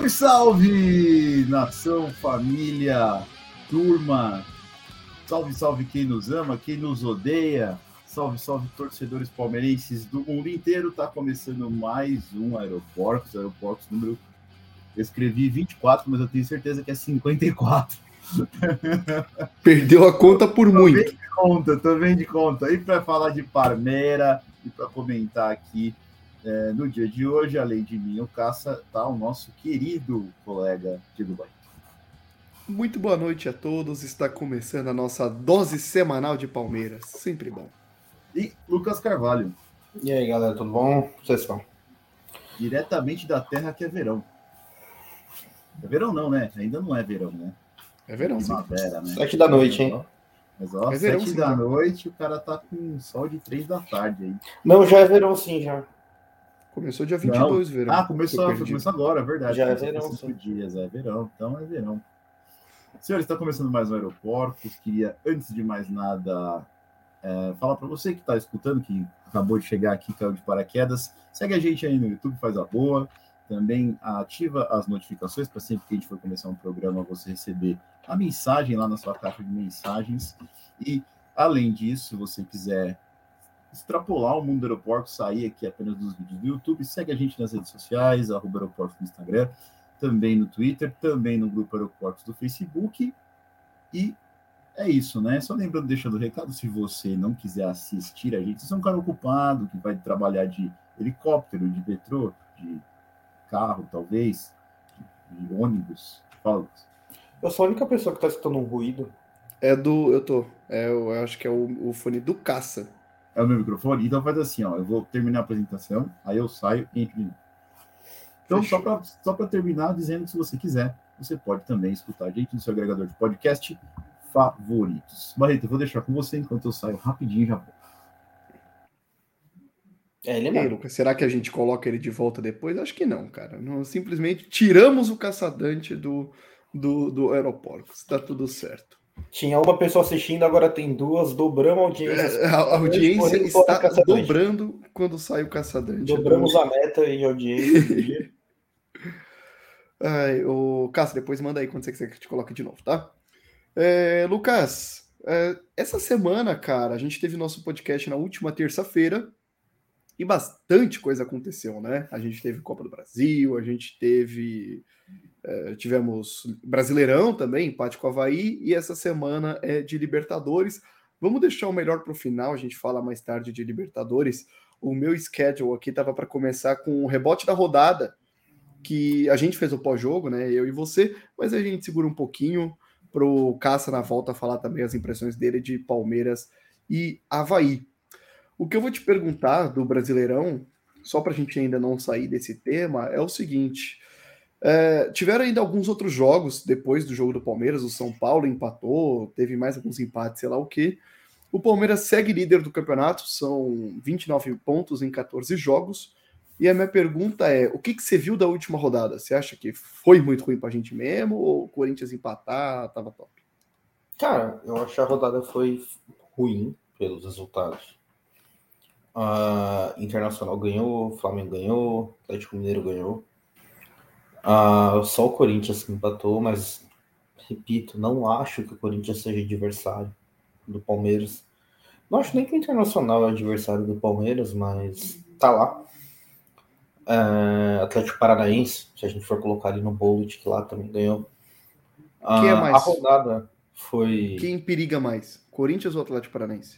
Salve, salve, nação, família, turma. Salve, salve quem nos ama, quem nos odeia. Salve, salve, torcedores palmeirenses do mundo inteiro. Tá começando mais um Aeroportos número... Eu escrevi 24, mas eu tenho certeza que é 54. Perdeu a conta por muito. Tô bem de conta. E para falar de Parmeira e para comentar aqui no dia de hoje, além de mim, o Caça, tá o nosso querido colega Diego Baito. Muito boa noite a todos. Está começando a nossa dose semanal de Palmeiras. Sempre bom. E Lucas Carvalho. E aí, galera, tudo bom? Vocês estão? Diretamente da terra que é verão. É verão não, né? Ainda não é verão, né? É verão, primavera, né? 7 da noite, hein? Mas ó, é verão, 7 da noite, o cara tá com sol de 3 da tarde aí. Não, já é verão sim, já. Começou dia 22, não. verão. Começou agora, é verdade. Já é verão, 5 dias, é verão, então é verão. Senhores, está começando mais um Aeroportos. Queria, antes de mais nada, falar para você que está escutando, que acabou de chegar aqui, caiu de paraquedas, segue a gente aí no YouTube, faz a boa. Também ativa as notificações para sempre que a gente for começar um programa, você receber a mensagem lá na sua caixa de mensagens. E, além disso, se você quiser extrapolar o mundo do aeroporto, sair aqui apenas dos vídeos do YouTube, segue a gente nas redes sociais, @aeroportos no Instagram, também no Twitter, também no grupo Aeroportos do Facebook. E é isso, né? Só lembrando, deixando o recado, se você não quiser assistir a gente, você é um cara ocupado, que vai trabalhar de helicóptero, de metrô, de carro, talvez, de ônibus. Fala, Lucas. Eu sou a única pessoa que tá escutando um ruído. Eu acho que é o fone do Caça. É o meu microfone? Então faz assim, ó. Eu vou terminar a apresentação, aí eu saio e entro de novo. Então, só para terminar, dizendo que se você quiser, você pode também escutar a gente no seu agregador de podcast favoritos. Barreto, eu vou deixar com você enquanto eu saio rapidinho e já volto. E aí, Lucas, será que a gente coloca ele de volta depois? Acho que não, cara. Não, simplesmente tiramos o Caçadante do Aeroportos. Tá tudo certo. Tinha uma pessoa assistindo, agora tem duas, dobramos a audiência. A audiência está dobrando quando sai o Caçadante. Dobramos a meta e a audiência. O Cássio, depois manda aí quando você quiser que te coloque de novo, tá? Lucas, essa semana, cara, a gente teve nosso podcast na última terça-feira e bastante coisa aconteceu, né? A gente teve Copa do Brasil, a gente tivemos Brasileirão também, empate com o Avaí, e essa semana é de Libertadores. Vamos deixar o melhor para o final, a gente fala mais tarde de Libertadores. O meu schedule aqui estava para começar com o rebote da rodada, que a gente fez o pós-jogo, né? Eu e você, mas a gente segura um pouquinho para o Caça na volta falar também as impressões dele de Palmeiras e Avaí. O que eu vou te perguntar do Brasileirão, só para a gente ainda não sair desse tema, é o seguinte: tiveram ainda alguns outros jogos depois do jogo do Palmeiras, o São Paulo empatou, teve mais alguns empates, sei lá o quê. O Palmeiras segue líder do campeonato, são 29 pontos em 14 jogos. E a minha pergunta é, o que você viu da última rodada? Você acha que foi muito ruim pra gente mesmo, ou o Corinthians empatar tava top? Cara, eu acho que a rodada foi ruim pelos resultados. Internacional ganhou, Flamengo ganhou, Atlético Mineiro ganhou. Só o Corinthians que empatou, mas, repito, não acho que o Corinthians seja adversário do Palmeiras. Não acho nem que o Internacional é adversário do Palmeiras, mas tá lá. Atlético Paranaense, se a gente for colocar ali no bullet, que lá também ganhou. Quem é mais? A rodada foi... Quem periga mais? Corinthians ou Atlético Paranaense?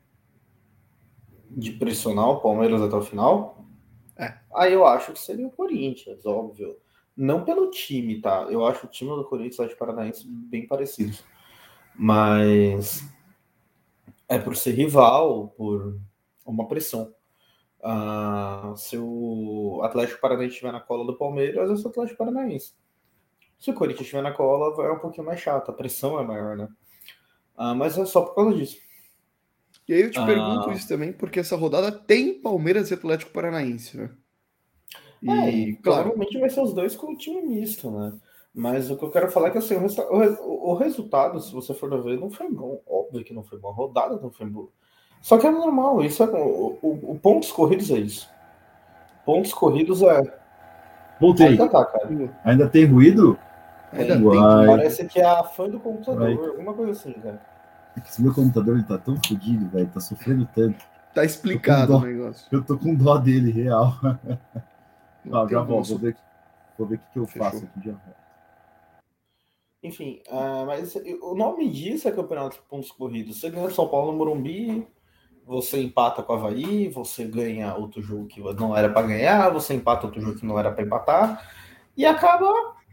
De pressionar o Palmeiras até o final? Aí eu acho que seria o Corinthians, óbvio. Não pelo time, tá? Eu acho o time do Corinthians e o Atlético Paranaense bem parecidos. Mas é por ser rival, por uma pressão. Se o Atlético Paranaense estiver na cola do Palmeiras, eu sou o Atlético Paranaense. Se o Corinthians estiver na cola, vai um pouquinho mais chato. A pressão é maior, né? Mas é só por causa disso. E aí eu te pergunto isso também, porque essa rodada tem Palmeiras e Atlético Paranaense, né? E provavelmente vai ser os dois com o time misto, né? Mas o que eu quero falar é que assim, o resultado, se você for ver, não foi bom. Óbvio que não foi bom. A rodada não foi boa. Só que é normal. Isso é, o pontos corridos é isso. Pontos corridos é Voltei. Ainda tá, cara. Ainda tem ruído? Ainda Parece que é a fã do computador, alguma coisa assim, cara. Esse meu computador ele tá tão fodido, velho. Tá sofrendo tanto. Tá explicado o negócio. Eu tô com dó dele, real. Já volto. Nosso... Vou ver o que eu faço aqui. Já volto. Enfim, mas o nome disso é campeonato de pontos corridos. Você ganha São Paulo no Morumbi, você empata com o Avaí, você ganha outro jogo que não era para ganhar, você empata outro jogo que não era para empatar, e acaba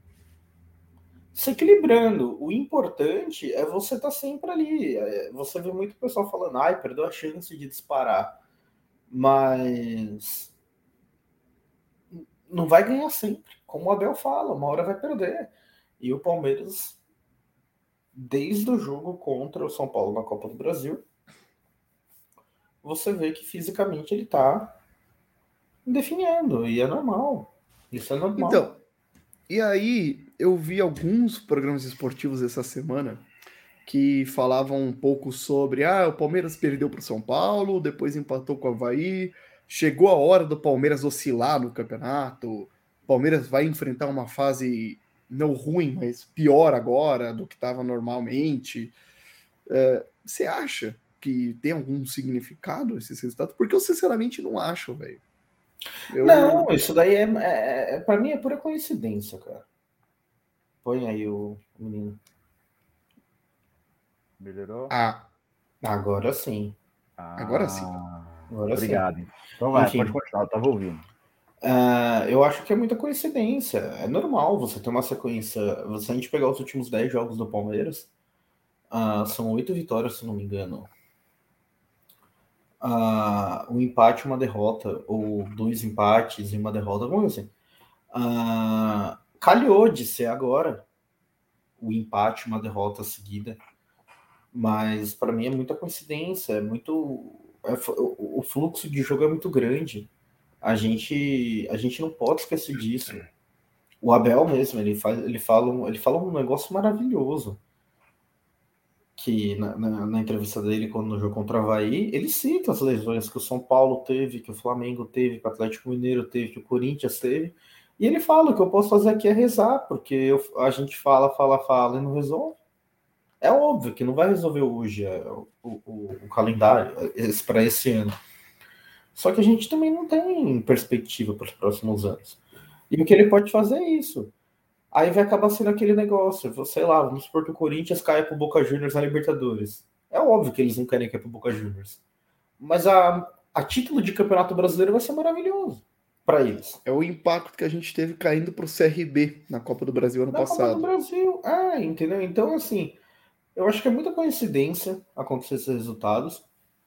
se equilibrando. O importante é você estar sempre ali. Você vê muito pessoal falando, ai, perdeu a chance de disparar. Mas não vai ganhar sempre. Como o Abel fala, uma hora vai perder. E o Palmeiras, desde o jogo contra o São Paulo na Copa do Brasil, você vê que fisicamente ele tá definhando. E é normal. Isso é normal. Então, e aí eu vi alguns programas esportivos essa semana que falavam um pouco sobre o Palmeiras perdeu para o São Paulo, depois empatou com o Avaí, chegou a hora do Palmeiras oscilar no campeonato, o Palmeiras vai enfrentar uma fase não ruim, mas pior agora do que estava normalmente. Você acha que tem algum significado esses resultados? Porque eu sinceramente não acho, velho. Não, isso daí para mim é pura coincidência, cara. Põe aí o menino. Melhorou? Agora sim. Agora sim. Obrigado. Sim. Então vai, pode continuar, eu estava ouvindo. Eu acho que é muita coincidência. É normal você ter uma sequência. Se a gente pegar os últimos 10 jogos do Palmeiras, são 8 vitórias, se não me engano. Um empate, uma derrota, ou 2 empates e uma derrota, alguma coisa assim. Calhou de ser agora o empate, uma derrota seguida. Mas para mim é muita coincidência, o fluxo de jogo é muito grande. A gente não pode esquecer disso. O Abel mesmo, ele fala um negócio maravilhoso. Que na entrevista dele, quando no jogo contra o Avaí, ele cita as lesões que o São Paulo teve, que o Flamengo teve, que o Atlético Mineiro teve, que o Corinthians teve. E ele fala: o que eu posso fazer aqui é rezar, porque a gente fala e não resolve. É óbvio que não vai resolver hoje o calendário para esse ano. Só que a gente também não tem perspectiva para os próximos anos. E o que ele pode fazer é isso. Aí vai acabar sendo aquele negócio, sei lá, vamos supor que o Corinthians caia pro Boca Juniors na Libertadores. É óbvio que eles não querem cair pro Boca Juniors. Mas a título de Campeonato Brasileiro vai ser maravilhoso para eles. É o impacto que a gente teve caindo pro CRB na Copa do Brasil ano passado. Copa do Brasil, entendeu? Então, assim, eu acho que é muita coincidência acontecer esses resultados.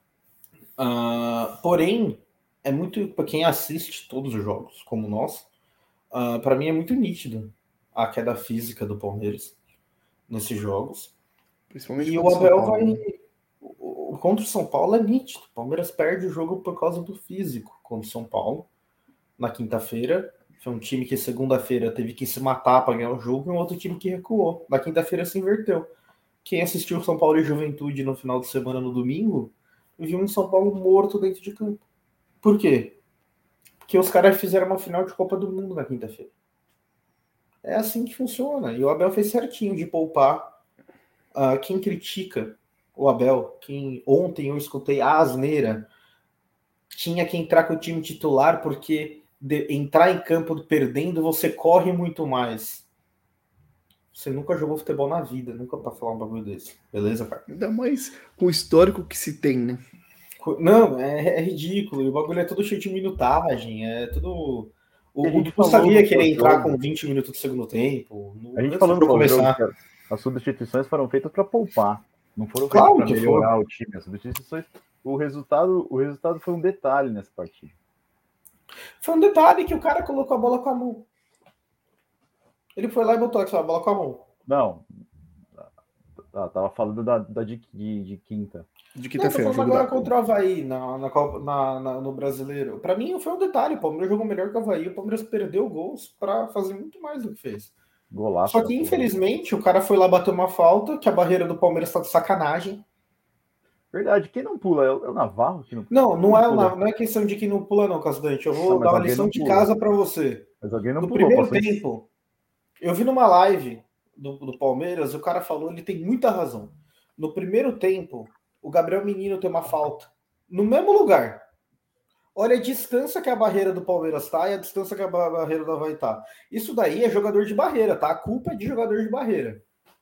Porém, é muito, para quem assiste todos os jogos, como nós, para mim é muito nítido a queda física do Palmeiras nesses jogos. Principalmente e o Abel vai. Contra o São Paulo é nítido. O Palmeiras perde o jogo por causa do físico contra o São Paulo na quinta-feira. Foi um time que segunda-feira teve que se matar para ganhar o jogo e um outro time que recuou. Na quinta-feira se inverteu. Quem assistiu São Paulo e Juventude no final de semana, no domingo, viu um São Paulo morto dentro de campo. Por quê? Porque os caras fizeram uma final de Copa do Mundo na quinta-feira. É assim que funciona. E o Abel fez certinho de poupar. Quem critica o Abel, ontem eu escutei a asneira, tinha que entrar com o time titular porque entrar em campo perdendo você corre muito mais. Você nunca jogou futebol na vida, nunca pra falar um bagulho desse. Beleza, cara? Ainda mais com o histórico que se tem, né? Não, é ridículo. O bagulho é tudo cheio de minutagem, é tudo... O Dudu sabia que ele ia entrar com 20 minutos do segundo tempo. A gente falando para começar. As substituições foram feitas para poupar, não foram feitas para melhorar o time. As substituições, o resultado foi um detalhe nessa partida. Foi um detalhe que o cara colocou a bola com a mão. Ele foi lá e botou a bola com a mão. Não. Tava falando de quinta. De quinta-feira. Não, agora contra o Avaí no Brasileiro. Para mim foi um detalhe. O Palmeiras jogou melhor que o Avaí. O Palmeiras perdeu gols para fazer muito mais do que fez. Golaço. Só que, infelizmente, o cara foi lá bater uma falta, que a barreira do Palmeiras tá de sacanagem. Verdade, quem não pula? É o Navarro que não pula? Não, não é questão de quem não pula, não, Casudante. Eu vou dar uma lição de casa para você. Mas alguém não no pulou. Primeiro tempo, eu vi numa live do Palmeiras, o cara falou, ele tem muita razão. No primeiro tempo, o Gabriel Menino tem uma falta no mesmo lugar. Olha a distância que a barreira do Palmeiras tá e a distância que a barreira do Avaí tá. Isso daí é jogador de barreira, tá? A culpa é de jogador de barreira.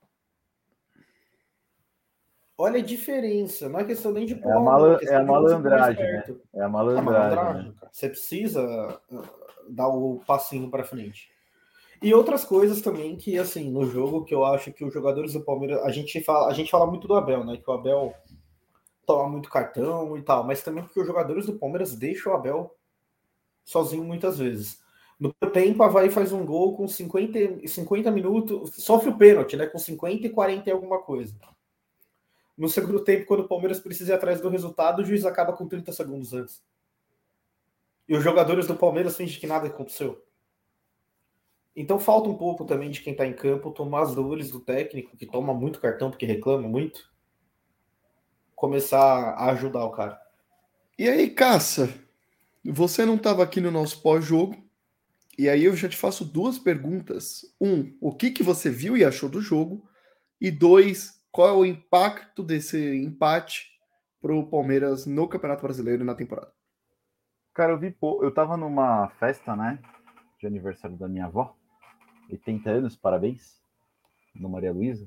Olha a diferença, não é questão nem de pular, é a malandragem, né? É a malandragem, né? Você precisa dar o passinho para frente. E outras coisas também que, assim, no jogo, que eu acho que os jogadores do Palmeiras... A gente fala muito do Abel, né? Que o Abel toma muito cartão e tal, mas também porque os jogadores do Palmeiras deixam o Abel sozinho muitas vezes. No tempo, a Avaí faz um gol com 50 minutos, sofre o pênalti, né? Com 50 e 40 e alguma coisa. No segundo tempo, quando o Palmeiras precisa ir atrás do resultado, o juiz acaba com 30 segundos antes. E os jogadores do Palmeiras fingem que nada aconteceu. Então falta um pouco também de quem está em campo tomar as dores do técnico, que toma muito cartão porque reclama muito, começar a ajudar o cara. E aí, Caça, você não estava aqui no nosso pós-jogo, e aí eu já te faço duas perguntas. O que você viu e achou do jogo? E 2, qual é o impacto desse empate para o Palmeiras no Campeonato Brasileiro e na temporada? Cara, eu tava numa festa, né, de aniversário da minha avó, 80 anos, parabéns, no Maria Luísa.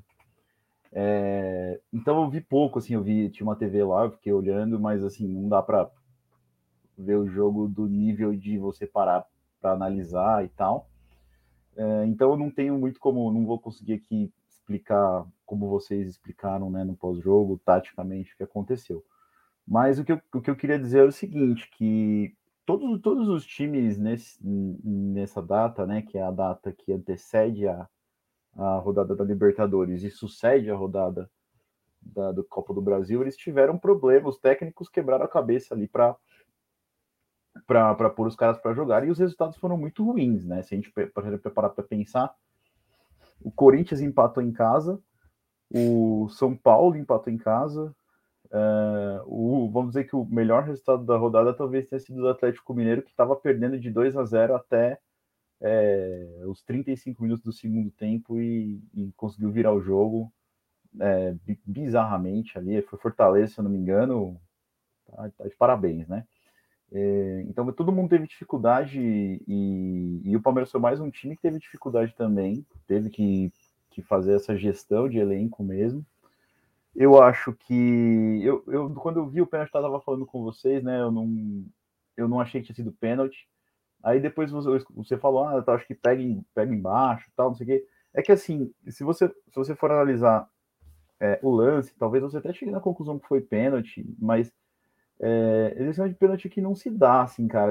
Então eu vi pouco, assim, tinha uma TV lá, eu fiquei olhando, mas assim, não dá pra ver o jogo do nível de você parar pra analisar e tal. Então eu não tenho muito não vou conseguir aqui explicar como vocês explicaram, né, no pós-jogo, taticamente, o que aconteceu. Mas o que eu queria dizer é o seguinte, que todos os times nessa data, né, que é a data que antecede a rodada da Libertadores e sucede a rodada do Copa do Brasil, eles tiveram problemas, os técnicos quebraram a cabeça ali para pôr os caras para jogar, e os resultados foram muito ruins, né? Se a gente parar para pensar, o Corinthians empatou em casa, o São Paulo empatou em casa, vamos dizer que o melhor resultado da rodada talvez tenha sido do Atlético Mineiro, que estava perdendo de 2-0 até os 35 minutos do segundo tempo e conseguiu virar o jogo bizarramente ali. Foi Fortaleza, se eu não me engano, tá de parabéns, né? Então todo mundo teve dificuldade e o Palmeiras foi mais um time que teve dificuldade também, teve que fazer essa gestão de elenco mesmo. Eu acho que quando eu vi o pênalti, eu estava falando com vocês, né? Eu não achei que tinha sido pênalti. Aí depois você falou, eu acho que pega embaixo, tal, não sei o quê. É que assim, se você for analisar o lance, talvez você até chegue na conclusão que foi pênalti, mas eleição de pênalti que não se dá, assim, cara.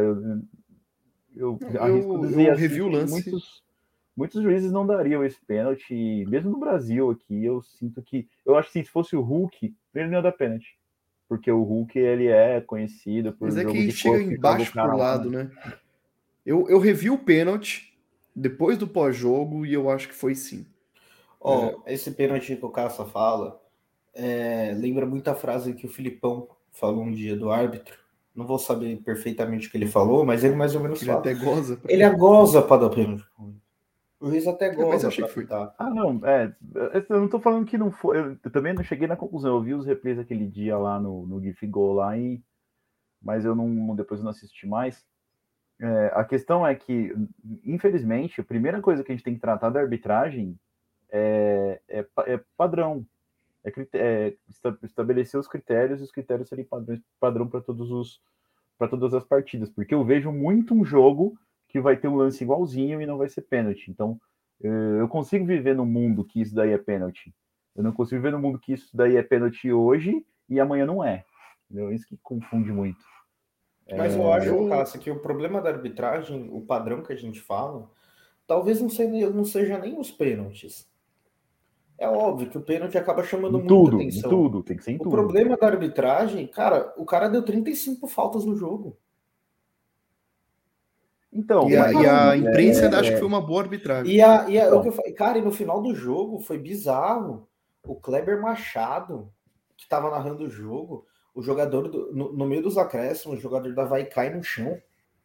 Eu arrisco dizer eu assim, revi o que lance. muitos juízes não dariam esse pênalti, mesmo no Brasil aqui. Eu sinto que, eu acho que se fosse o Hulk, ele não ia dar pênalti, porque o Hulk ele é conhecido por mas jogo que de chega corpo, embaixo por lado, né? Eu revi o pênalti depois do pós-jogo e eu acho que foi sim. Esse pênalti que o Caça fala lembra muito a frase que o Filipão falou um dia do árbitro. Não vou saber perfeitamente o que ele falou, mas ele mais ou menos fala. Ele até goza. Ele goza para dar pênalti. O juiz até goza. Mas eu achei que foi. Não, eu não tô falando que não foi. Eu também não cheguei na conclusão. Eu vi os replays aquele dia lá no GIF Go lá, mas depois eu não assisti mais. A questão é que, infelizmente, a primeira coisa que a gente tem que tratar da arbitragem é padrão. Estabelecer os critérios e os critérios serem padrão para todas as partidas. Porque eu vejo muito um jogo que vai ter um lance igualzinho e não vai ser pênalti. Então, eu consigo viver no mundo que isso daí é pênalti. Eu não consigo viver no mundo que isso daí é pênalti hoje e amanhã não é. Entendeu? Isso que confunde muito. Mas eu acho, Cássio, que o problema da arbitragem, o padrão que a gente fala, talvez não seja nem os pênaltis. É óbvio que o pênalti acaba chamando muita atenção. Tudo, tem que ser em tudo. O problema da arbitragem, cara, o cara deu 35 faltas no jogo. Então, e a imprensa acha que foi uma boa arbitragem. Cara, e no final do jogo foi bizarro. O Kleber Machado, que estava narrando o jogo, o jogador, no meio dos acréscimos, o jogador da Avaí cai no chão.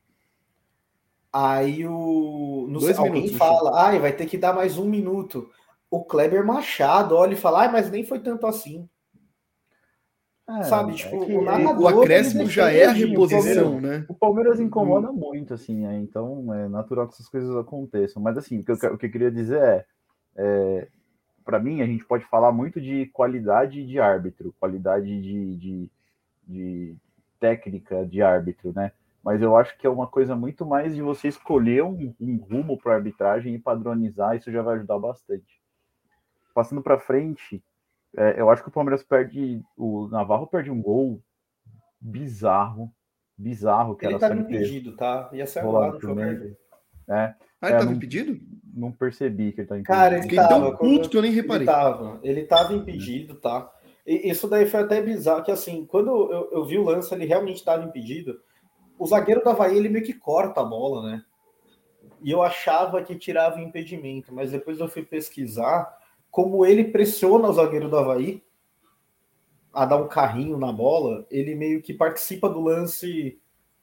Aí alguém fala, vai ter que dar mais 1 minuto. O Kleber Machado olha e fala, mas nem foi tanto assim. Sabe, tipo, o narrador... O acréscimo já é a reposição, né? O Palmeiras incomoda muito, assim, então é natural que essas coisas aconteçam. Mas, assim, o que eu queria dizer para mim, a gente pode falar muito de qualidade de árbitro, qualidade de técnica de árbitro, né? Mas eu acho que é uma coisa muito mais de você escolher um rumo para a arbitragem e padronizar, isso já vai ajudar bastante. Passando para frente, eu acho que o Palmeiras o Navarro perde um gol bizarro, que ele estava impedido, tá? Ia ser anulado também. Ele estava impedido? Não percebi que ele estava impedido. Cara, ele fiquei tão puto que eu nem reparei. Ele estava impedido, tá? E isso daí foi até bizarro, que assim, quando eu vi o lance, ele realmente estava impedido. O zagueiro do Avaí, ele meio que corta a bola, né? E eu achava que tirava o impedimento, mas depois eu fui pesquisar como ele pressiona o zagueiro do Avaí a dar um carrinho na bola, ele meio que participa do lance...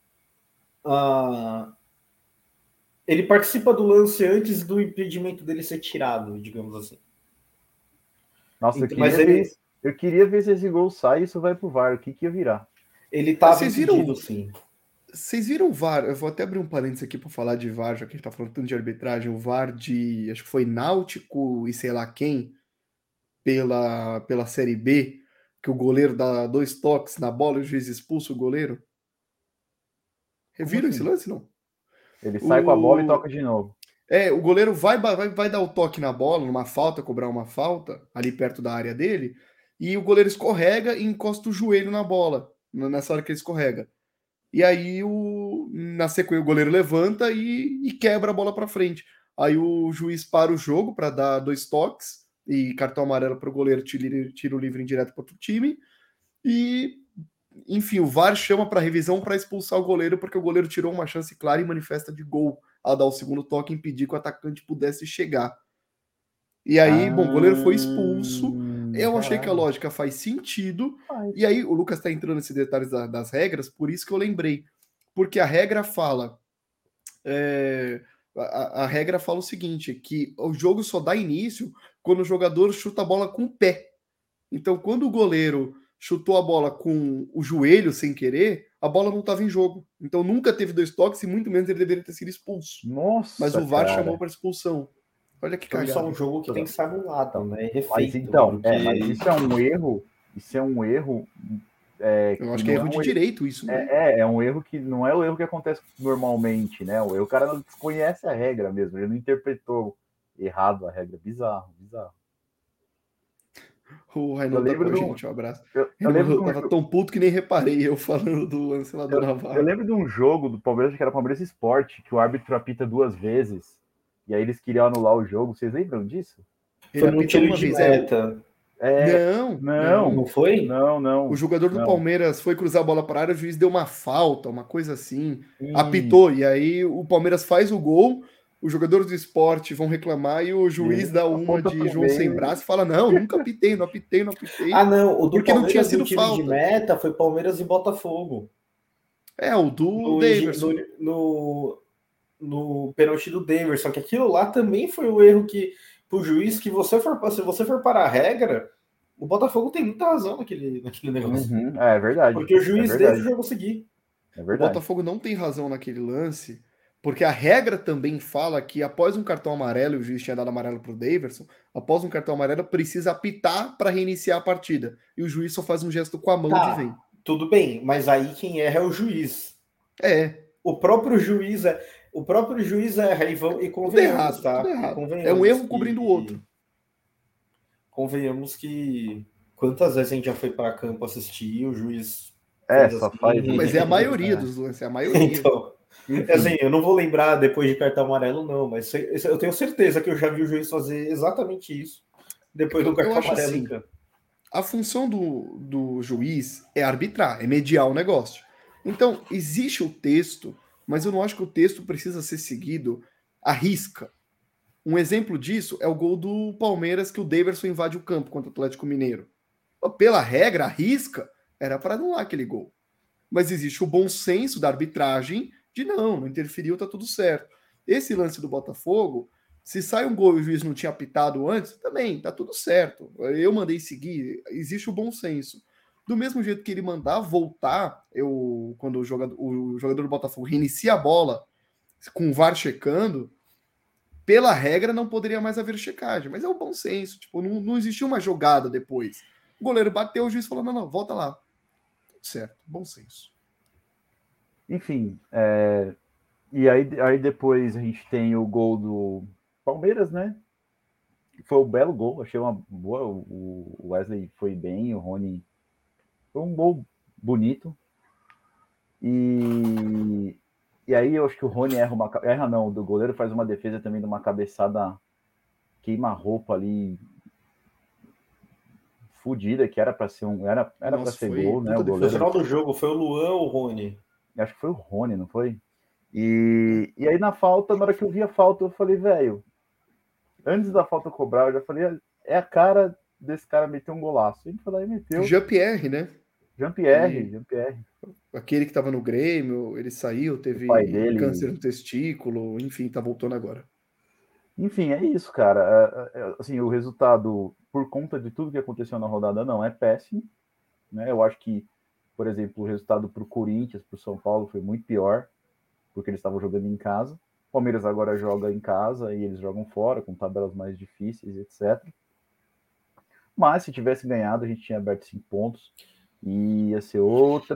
ele participa do lance antes do impedimento dele ser tirado, digamos assim. Nossa, eu queria ver se esse gol sai e isso vai pro VAR. O que ia virar? Ele estava impedido, sim. Vocês viram o VAR? Eu vou até abrir um parênteses aqui para falar de VAR, já que a gente tá falando tanto de arbitragem. O VAR de, acho que foi Náutico e sei lá quem, pela Série B, que o goleiro dá 2 toques na bola e o juiz expulsa o goleiro. Reviram esse lance, não? Ele sai com a bola e toca de novo. O goleiro vai dar o toque na bola, numa falta, cobrar uma falta, ali perto da área dele, e o goleiro escorrega e encosta o joelho na bola, nessa hora que ele escorrega. E aí, na sequência, o goleiro levanta e quebra a bola para frente. Aí o juiz para o jogo para dar 2 toques e cartão amarelo para o goleiro, tira o livre indireto para outro time. E, enfim, o VAR chama para revisão para expulsar o goleiro, porque o goleiro tirou uma chance clara e manifesta de gol ao dar o segundo toque e impedir que o atacante pudesse chegar. E aí, o goleiro foi expulso. Eu achei que a lógica faz sentido. E aí, o Lucas está entrando nesses detalhes das regras, por isso que eu lembrei. Porque a regra fala... A regra fala o seguinte, que o jogo só dá início quando o jogador chuta a bola com o pé. Então, quando o goleiro chutou a bola com o joelho sem querer, a bola não estava em jogo. Então, nunca teve 2 toques e muito menos ele deveria ter sido expulso. Nossa, mas o VAR chamou para expulsão. Olha que cagada. Isso é um jogo que tem que ser anulado, né? Refeito. Mas então, mas isso é um erro. Eu acho que é erro de direito isso, né? É um erro que não é o erro que acontece normalmente, né? O cara não desconhece a regra mesmo, ele não interpretou errado a regra. Bizarro. O Raimundo tá com a gente, um abraço. Eu tava tão puto que nem reparei eu falando do lance lá do Navarro. Eu lembro de um jogo do Palmeiras, que era Palmeiras Sport, que o árbitro apita 2 vezes, e aí eles queriam anular o jogo. Vocês lembram disso? Foi no tiro de meta. Não foi? Não. O jogador do Palmeiras foi cruzar a bola para a área, o juiz deu uma falta, uma coisa assim, apitou, e aí o Palmeiras faz o gol, os jogadores do Sport vão reclamar e o juiz dá uma de João sem braço e fala, não, nunca apitei. Não, o do porque Palmeiras não tinha sido tiro falta. De meta foi Palmeiras e Botafogo. O do Daverson. No pênalti do Daverson, que aquilo lá também foi o erro que pro juiz, que se você for para a regra, o Botafogo tem muita razão naquele negócio. É verdade. Porque o juiz deixa o jogo seguir. O Botafogo não tem razão naquele lance, porque a regra também fala que após um cartão amarelo, e o juiz tinha dado amarelo pro Daverson, após um cartão amarelo precisa apitar para reiniciar a partida. E o juiz só faz um gesto com a mão de vem. Tudo bem, mas aí quem erra é o juiz. O próprio juiz erra e convenhamos, tá? É um erro cobrindo o outro. Convenhamos que quantas vezes a gente já foi para campo assistir e o juiz só faz. Mas é a maioria dos lances, é a maioria. Então, assim, eu não vou lembrar depois de cartão amarelo, não, mas eu tenho certeza que eu já vi o juiz fazer exatamente isso depois do cartão amarelo. Assim, a função do juiz é arbitrar, é mediar o negócio. Então, existe o texto, mas eu não acho que o texto precisa ser seguido à risca. Um exemplo disso é o gol do Palmeiras, que o Daverson invade o campo contra o Atlético Mineiro. Pela regra, a risca, era para anular aquele gol. Mas existe o bom senso da arbitragem de não interferiu, tá tudo certo. Esse lance do Botafogo, se sai um gol e o juiz não tinha apitado antes, também tá tudo certo. Eu mandei seguir, existe o bom senso. Do mesmo jeito que ele mandar voltar, quando o jogador do Botafogo reinicia a bola com o VAR checando, pela regra não poderia mais haver checagem, mas é o bom senso, tipo, não existiu uma jogada depois. O goleiro bateu, o juiz falou, não, volta lá. Tudo certo, bom senso. Enfim, e aí depois a gente tem o gol do Palmeiras, né? Foi um belo gol, achei uma boa, o Wesley foi bem, o Rony foi um gol bonito. E aí eu acho que o Rony o goleiro faz uma defesa também de uma cabeçada queima-roupa ali, fudida, que era para ser para ser gol, né? O goleiro. No final do jogo foi o Luan ou o Rony? Acho que foi o Rony, não foi? E aí na hora que eu vi a falta, eu falei, velho, antes da falta cobrar, eu já falei, é a cara desse cara meter um golaço. Ele foi lá e meteu. Jean-Pierre, né? Jean-Pierre. Aquele que estava no Grêmio, ele saiu, teve câncer no testículo, enfim, tá voltando agora. Enfim, é isso, cara. Assim, o resultado, por conta de tudo que aconteceu na rodada, não é péssimo, né? Eu acho que, por exemplo, o resultado para o Corinthians, para o São Paulo, foi muito pior, porque eles estavam jogando em casa. O Palmeiras agora joga em casa e eles jogam fora, com tabelas mais difíceis, etc. Mas se tivesse ganhado, a gente tinha aberto 5 pontos e ia ser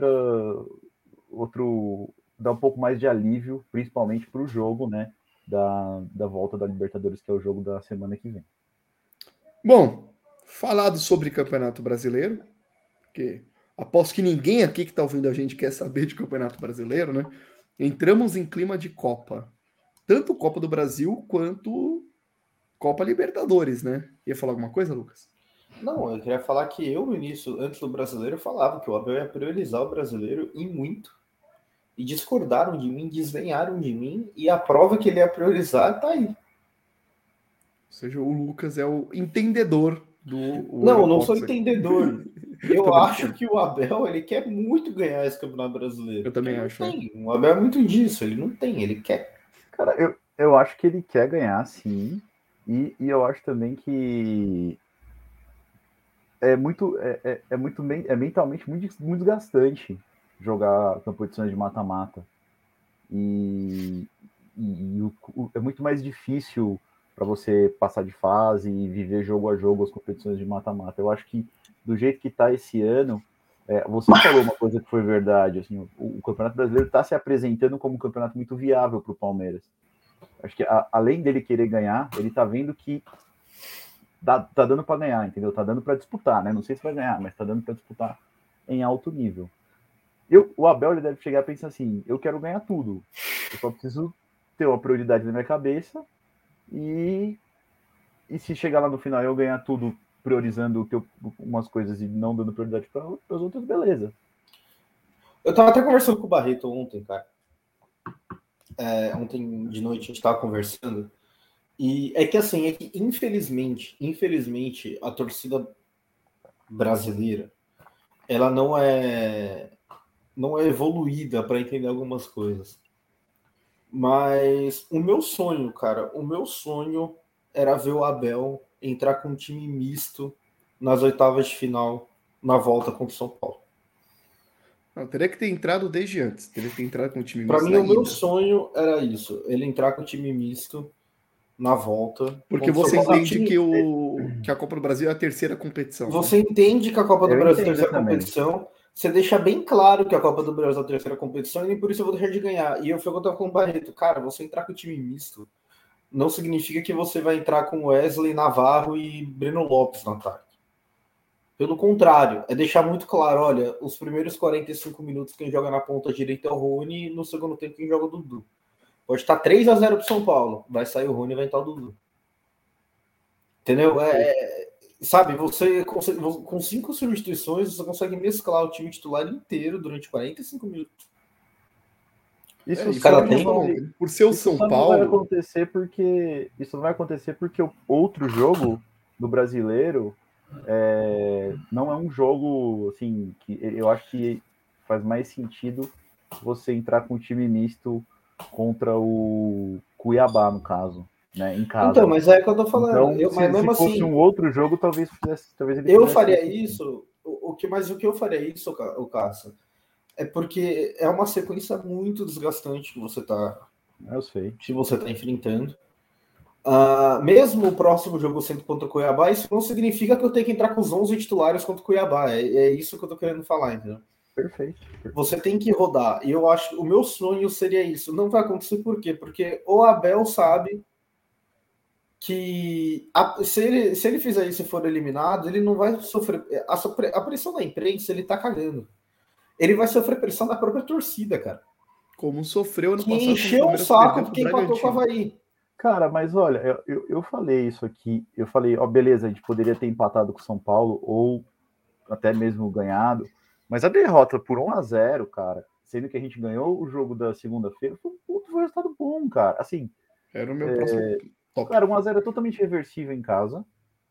dar um pouco mais de alívio, principalmente para o jogo, né? Da volta da Libertadores, que é o jogo da semana que vem. Bom, falado sobre Campeonato Brasileiro, porque aposto que ninguém aqui que está ouvindo a gente quer saber de Campeonato Brasileiro, né? Entramos em clima de Copa. Tanto Copa do Brasil quanto Copa Libertadores, né? Ia falar alguma coisa, Lucas? Não, eu queria falar que eu, no início, antes do Brasileiro, falava que o Abel ia priorizar o Brasileiro e muito. E discordaram de mim, desdenharam de mim, e a prova que ele ia priorizar tá aí. Ou seja, o Lucas é o entendedor do... Não sou entendedor. Eu acho que o Abel, ele quer muito ganhar esse Campeonato Brasileiro. Eu também acho. O Abel é muito disso, ele não tem, ele quer. Cara, eu acho que ele quer ganhar, sim. E eu acho também que é mentalmente muito desgastante jogar competições de mata-mata. E é muito mais difícil para você passar de fase e viver jogo a jogo as competições de mata-mata. Eu acho que do jeito que está esse ano, você falou uma coisa que foi verdade, assim, o Campeonato Brasileiro está se apresentando como um campeonato muito viável para o Palmeiras. Acho que além dele querer ganhar, ele está vendo que tá dando para ganhar, entendeu? Tá dando para disputar, né? Não sei se vai ganhar, mas tá dando para disputar em alto nível. O Abel, ele deve chegar e pensar assim, eu quero ganhar tudo. Eu só preciso ter uma prioridade na minha cabeça e se chegar lá no final e eu ganhar tudo priorizando umas coisas e não dando prioridade para as outras, beleza. Eu tava até conversando com o Barreto ontem, cara. Ontem de noite a gente tava conversando. E é que assim, infelizmente, a torcida brasileira, ela não é evoluída para entender algumas coisas. Mas o meu sonho era ver o Abel entrar com um time misto nas oitavas de final, na volta contra o São Paulo. Não, teria que ter entrado desde antes. Teria que ter entrado com um time misto. Para mim, o meu sonho era isso: ele entrar com um time misto na volta. Porque você entende que a Copa do Brasil é a terceira competição. Você entende que a Copa do Brasil é a terceira competição. Você deixa bem claro que a Copa do Brasil é a terceira competição e nem por isso eu vou deixar de ganhar. E eu fui com o Barreto. Cara, você entrar com o time misto não significa que você vai entrar com Wesley, Navarro e Breno Lopes no ataque. Pelo contrário, é deixar muito claro, olha, os primeiros 45 minutos quem joga na ponta direita é o Rony e no segundo tempo quem joga é o Dudu. Pode estar 3-0 pro São Paulo, vai sair o Rony e vai entrar o Dudu. Entendeu? Sabe, você consegue, com 5 substituições, você consegue mesclar o time titular inteiro durante 45 minutos. Isso por ser o São Paulo. Isso não vai acontecer porque o outro jogo do Brasileiro não é um jogo assim que eu acho que faz mais sentido você entrar com um time misto contra o Cuiabá, no caso, né, em casa. Então, mas é que eu tô falando. Então, Mas mesmo se fosse assim, um outro jogo, talvez ele eu fizesse faria sentido. isso. Mas o que eu faria isso, o Cássio, é porque é uma sequência muito desgastante que você tá Eu sei. enfrentando. Mesmo o próximo jogo sendo contra o Cuiabá, isso não significa que eu tenho que entrar com os 11 titulares contra o Cuiabá. É isso que eu tô querendo falar, entendeu? Perfeito. Você tem que rodar. E eu acho que o meu sonho seria isso. Não vai acontecer por quê? Porque o Abel sabe que se ele fizer isso e for eliminado, ele não vai sofrer. A pressão da imprensa, ele tá cagando. Ele vai sofrer pressão da própria torcida, cara. Como sofreu ano Que passado quando o encheu o Palmeiras saco perdeu pro porque empatou com o Bragantino. Avaí. Cara, mas olha, eu falei isso aqui. Eu falei, ó, beleza, a gente poderia ter empatado com o São Paulo ou até mesmo ganhado. Mas a derrota por 1-0, cara, sendo que a gente ganhou o jogo da segunda-feira, foi um resultado bom, cara. Assim, Era o meu próximo tópico. cara, 1-0 é totalmente reversível em casa.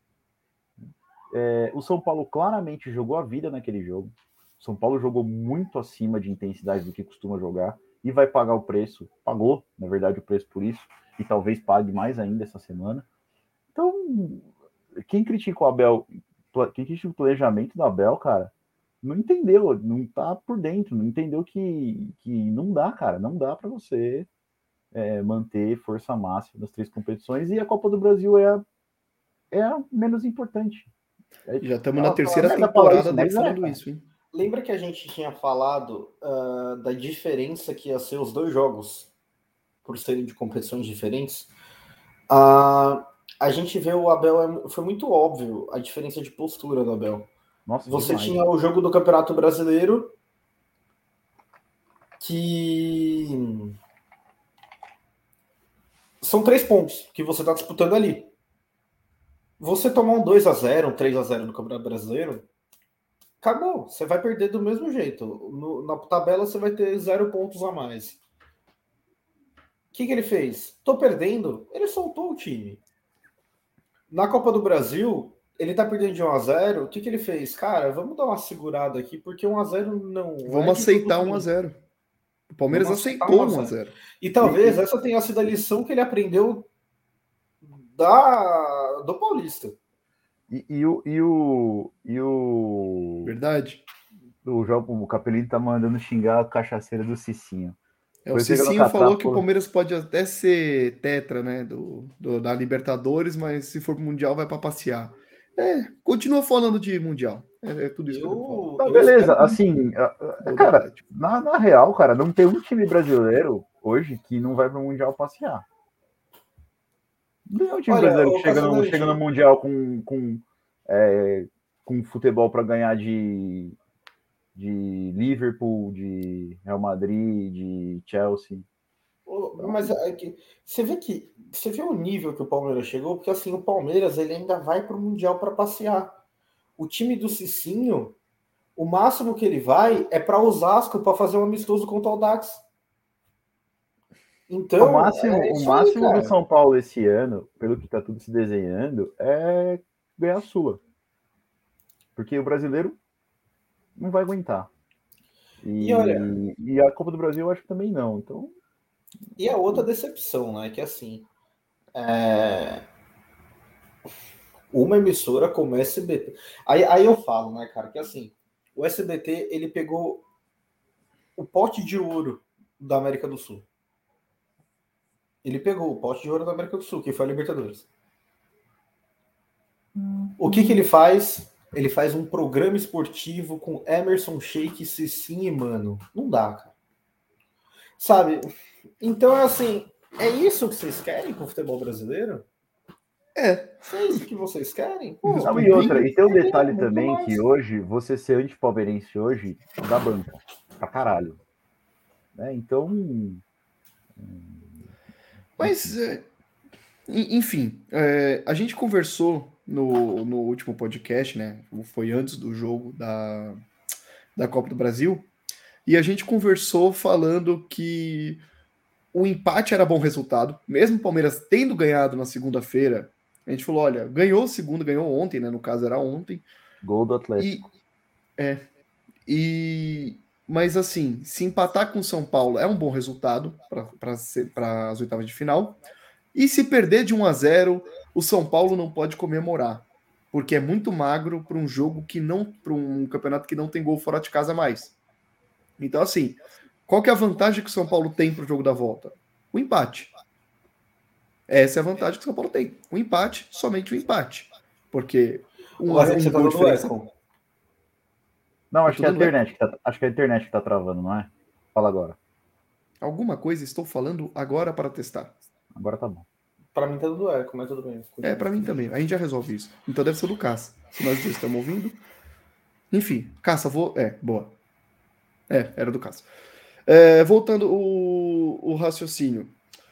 O São Paulo claramente jogou a vida naquele jogo. O São Paulo jogou muito acima de intensidade do que costuma jogar e vai pagar o preço. Pagou, na verdade, o preço por isso. E talvez pague mais ainda essa semana. Então, quem critica o Abel, quem critica o planejamento do Abel, cara, não entendeu, não tá por dentro, não entendeu que não dá, cara, não dá para você manter força máxima nas 3 competições, e a Copa do Brasil é a menos importante. Já estamos na terceira temporada dele falando isso, hein? Lembra que a gente tinha falado da diferença que ia ser os 2 jogos, por serem de competições diferentes? A gente vê o Abel, foi muito óbvio a diferença de postura do Abel. Nossa, você demais. Tinha o jogo do Campeonato Brasileiro, que são 3 pontos que você está disputando ali. Você tomar um 2-0, um 3-0 no Campeonato Brasileiro, acabou. Você vai perder do mesmo jeito. Na tabela você vai ter 0 pontos a mais. O que ele fez? Tô perdendo. Ele soltou o time. Na Copa do Brasil, ele tá perdendo de 1-0. O que ele fez? Cara, vamos dar uma segurada aqui, porque 1-0 não. Vamos aceitar 1-0. O Palmeiras aceitou 1-0. E talvez essa tenha sido a lição que ele aprendeu do Paulista. E o Verdade. O Capelino tá mandando xingar a cachaceira do Cicinho. O Cicinho falou que o Palmeiras pode até ser tetra, né, da Libertadores, mas se for pro Mundial vai para passear. Continua falando de Mundial. É tudo isso que eu tô falando. Tá, beleza, assim, cara, na real, cara, não tem um time brasileiro hoje que não vai pro Mundial passear. Não tem um time brasileiro que chega no Mundial com futebol para ganhar de Liverpool, de Real Madrid, de Chelsea. Mas você vê o nível que o Palmeiras chegou, porque assim, o Palmeiras ele ainda vai para o Mundial para passear. O time do Cicinho, o máximo que ele vai é para Osasco para fazer um amistoso contra o Audax. Então, o máximo do São Paulo esse ano, pelo que está tudo se desenhando, é ganhar a Sula. Porque o brasileiro não vai aguentar. E a Copa do Brasil eu acho que também não. Então... E a outra decepção, né? Que assim, uma emissora como o SBT. Aí eu falo, né, cara, que assim, o SBT ele pegou o pote de ouro da América do Sul. Ele pegou o pote de ouro da América do Sul, que foi a Libertadores. O que ele faz? Ele faz um programa esportivo com Emerson, Sheik, Cicinho e Mano. Não dá, cara. Sabe? Então, assim, é isso que vocês querem com o futebol brasileiro? É isso que vocês querem? Pô, não, e outra, e tem um detalhe também que hoje, você ser anti-palmeirense hoje, dá banca. Pra caralho. Né? Então... Mas, enfim, a gente conversou no último podcast, né? Foi antes do jogo da Copa do Brasil, e a gente conversou falando que o empate era bom resultado, mesmo o Palmeiras tendo ganhado na segunda-feira, A gente falou, olha, ganhou o segundo, ganhou ontem, né? No caso era ontem. Gol do Atlético. Mas assim, se empatar com o São Paulo é um bom resultado para as oitavas de final. E se perder de 1-0, o São Paulo não pode comemorar, porque é muito magro para um jogo para um campeonato que não tem gol fora de casa mais. Então, assim, qual que é a vantagem que o São Paulo tem para o jogo da volta? O empate. Essa é a vantagem que o São Paulo tem. O empate, somente o empate. Porque um gol de diferença. Não, acho que é a internet que a internet que tá travando, não é? Fala agora. Alguma coisa estou falando agora para testar. Agora tá bom. Pra mim tá tudo eco, mas tudo bem. Pra mim também. A gente já resolve isso. Então deve ser do Caça. Se nós dois estamos ouvindo. Enfim, Caça, boa. Era do Caça. Voltando o raciocínio.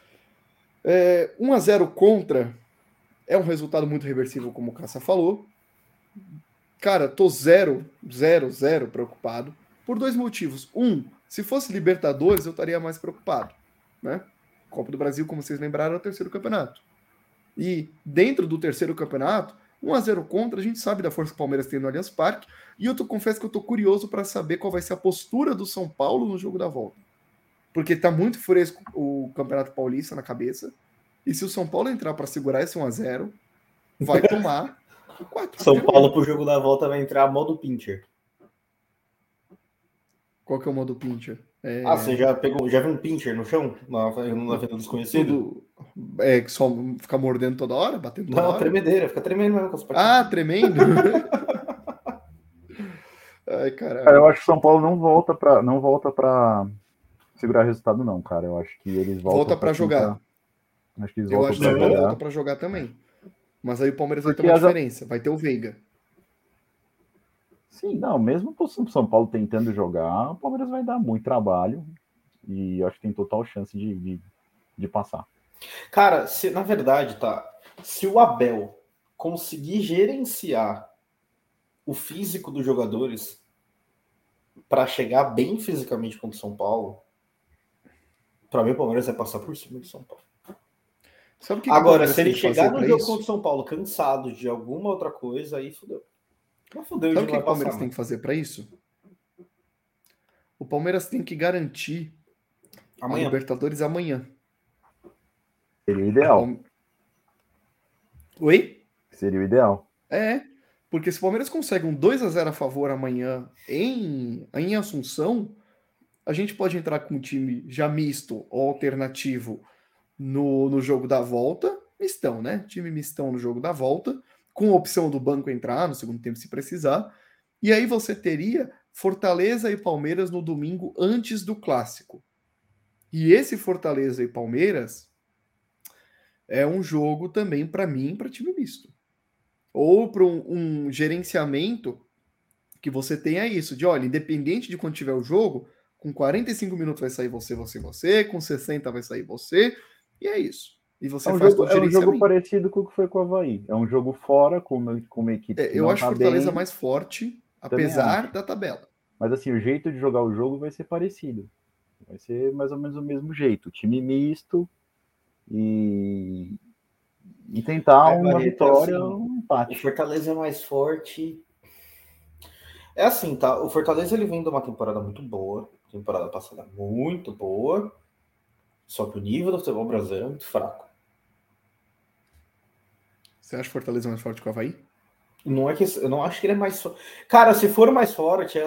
1-0 contra é um resultado muito reversível, como o Caça falou. Cara, tô zero preocupado. Por 2 motivos. Se fosse Libertadores, eu estaria mais preocupado, né? Copa do Brasil, como vocês lembraram, é o 3º campeonato. E dentro do 3º campeonato, 1-0 contra, a gente sabe da força que o Palmeiras tem no Allianz Parque. E eu confesso que eu tô curioso para saber qual vai ser a postura do São Paulo no jogo da volta. Porque tá muito fresco o Campeonato Paulista na cabeça. E se o São Paulo entrar para segurar esse 1-0, vai tomar 4. São Paulo pro jogo da volta vai entrar modo pincher. Qual que é o modo pincher? Você já viu um pincher no chão? Na venda desconhecido? Que só fica mordendo toda hora, batendo toda hora? Não, tremedeira, fica tremendo mesmo com as partidas. Tremendo? Ai, caralho. Cara, eu acho que o São Paulo não volta pra segurar resultado, não, cara. Eu acho que eles voltam. Volta pra jogar. Acho que eles eu voltam acho que o São Paulo volta pra jogar também. Mas aí o Palmeiras vai ter uma diferença. Vai ter o Veiga. Sim, não, mesmo o São Paulo tentando jogar, o Palmeiras vai dar muito trabalho e eu acho que tem total chance de passar. Cara, na verdade, se o Abel conseguir gerenciar o físico dos jogadores para chegar bem fisicamente contra o São Paulo, para mim o Palmeiras vai passar por cima do São Paulo. Sabe que agora, se ele chegar no jogo contra o São Paulo cansado de alguma outra coisa, aí fudeu. Sabe o que o Palmeiras tem que fazer para isso? O Palmeiras tem que garantir a Libertadores amanhã. Seria o ideal. Oi? Seria o ideal. Porque se o Palmeiras consegue um 2-0 a favor amanhã em Assunção, a gente pode entrar com um time já misto ou alternativo no jogo da volta. Mistão, né? Time mistão no jogo da volta, com a opção do banco entrar no segundo tempo se precisar. E aí você teria Fortaleza e Palmeiras no domingo antes do Clássico. E esse Fortaleza e Palmeiras é um jogo também, para mim, para time misto. Ou para um gerenciamento que você tenha isso, de olha, independente de quando tiver o jogo, com 45 minutos vai sair você, com 60 vai sair você, e é isso. E você faz todo o gerenciamento. É um jogo parecido com o que foi com o Avaí. É um jogo fora, com uma equipe que eu acho Fortaleza mais forte, apesar da tabela. Mas assim, o jeito de jogar o jogo vai ser parecido. Vai ser mais ou menos o mesmo jeito. Time misto e tentar uma vitória, assim, um empate. O Fortaleza é mais forte. É assim, tá? O Fortaleza ele vem de uma temporada muito boa. Temporada passada muito boa. Só que o nível do futebol brasileiro é muito fraco. Você acha o Fortaleza mais forte que o Avaí? Não é que eu não acho que ele é mais forte. Cara, se for mais forte,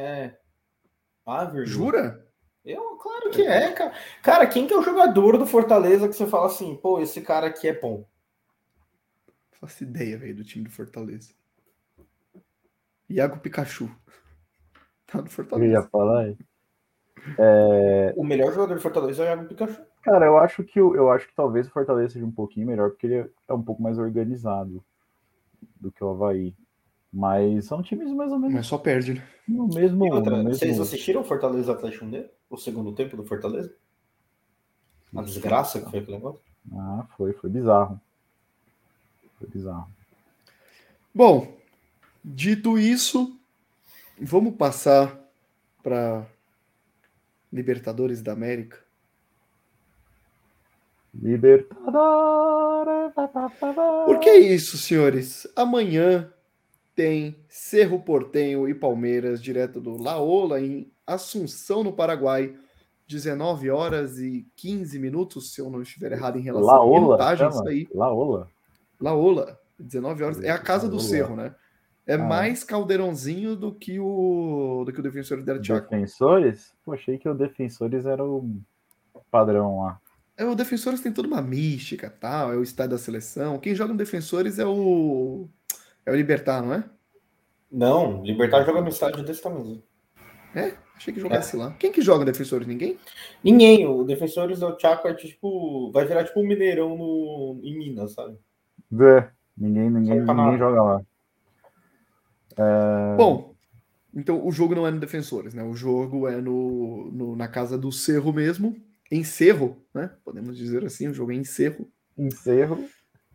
Jura? Claro que é, cara. Cara, quem que é o jogador do Fortaleza que você fala assim, pô, esse cara aqui é bom? Não faço ideia, velho, do time do Fortaleza. Iago Pikachu. Tá no Fortaleza. Eu ia falar aí. O melhor jogador do Fortaleza é o Iago Pikachu. Cara, eu acho que talvez o Fortaleza seja um pouquinho melhor, porque ele é um pouco mais organizado do que o Avaí. Mas são times mais ou menos. Mas só perde, né? No mesmo. Vocês assistiram o Fortaleza Atlético Mineiro? O segundo tempo do Fortaleza? A desgraça que foi aquele negócio? Foi bizarro. Foi bizarro. Bom, dito isso, vamos passar para Libertadores da América. Libertadores. Porque é isso, senhores. Amanhã tem Cerro Porteño e Palmeiras, direto do Laola, em Assunção, no Paraguai. 19 horas e 15 minutos, se eu não estiver errado em relação à minutagem, isso aí. Laola, 19 horas. É a casa do Cerro, né? É mais caldeirãozinho do que o Defensores del Chaco. Defensores? Pô, achei que o Defensores era o padrão lá. O Defensores tem toda uma mística, tal, é o estádio da seleção. Quem joga no Defensores é o Libertad, não é? Não, Libertad joga no estádio desse tamanho. Achei que jogasse lá. Quem que joga no Defensores? Ninguém? Ninguém. O Defensores del Chaco é tipo... Vai virar tipo um Mineirão em Minas, sabe? Ninguém joga lá. Bom, então o jogo não é no Defensores, né? O jogo é na casa do Cerro mesmo. Em Cerro, né? Podemos dizer assim, o jogo é em Cerro. Em Cerro.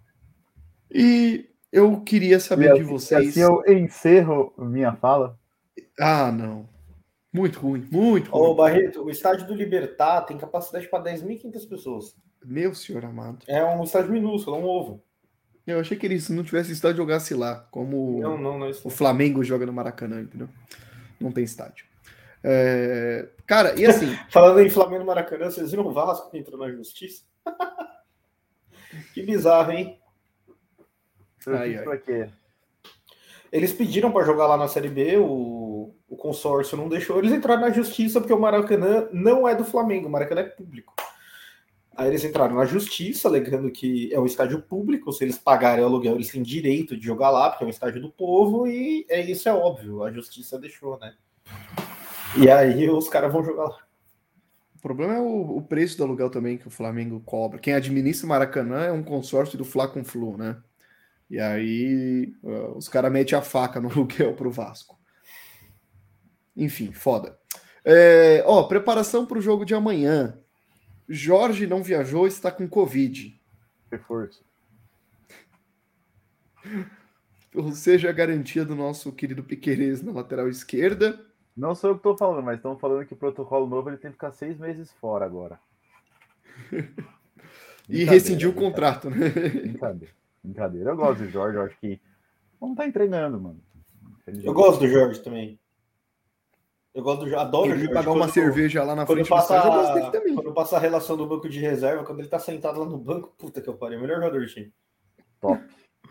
E eu queria saber de vocês... Assim eu encerro minha fala. Ah, não. Muito ruim, muito ruim. Ô, Barreto, o estádio do Libertad tem capacidade para 10.500 pessoas. Meu senhor amado. É um estádio minúsculo, é um ovo. Eu achei que ele, se não tivesse estádio, jogasse lá, como não é o Flamengo joga no Maracanã, entendeu? Não tem estádio. Cara, e assim... Falando em Flamengo e Maracanã, vocês viram o Vasco que entrou na justiça? Que bizarro, hein? Pra quê? Eles pediram para jogar lá na Série B, o consórcio não deixou, eles entraram na justiça porque o Maracanã não é do Flamengo, o Maracanã é público. Aí eles entraram na justiça, alegando que é um estádio público, se eles pagarem o aluguel, eles têm direito de jogar lá, porque é um estádio do povo, e isso é óbvio, a justiça deixou, né? E aí os caras vão jogar lá. O problema é o preço do aluguel também que o Flamengo cobra. Quem administra o Maracanã é um consórcio do Fla com Flu, né? E aí os caras metem a faca no aluguel pro Vasco. Enfim, foda. Preparação para o jogo de amanhã. Jorge não viajou, está com Covid. Reforço. Ou seja, a garantia do nosso querido Piquerez na lateral esquerda. Não sou eu que estou falando, mas estão falando que o protocolo novo ele tem que ficar 6 meses fora agora. E rescindiu o contrato, né? Brincadeira. Eu gosto do Jorge, eu acho que não tá treinando, mano. Eu gosto do Jorge também. Eu gosto do Jorge, adoro ele o Jorge. Pagar uma cerveja lá na frente do estádio, eu gosto dele também. Quando passa a relação do banco de reserva, quando ele tá sentado lá no banco, puta que eu parei, o melhor jogador do time. Top.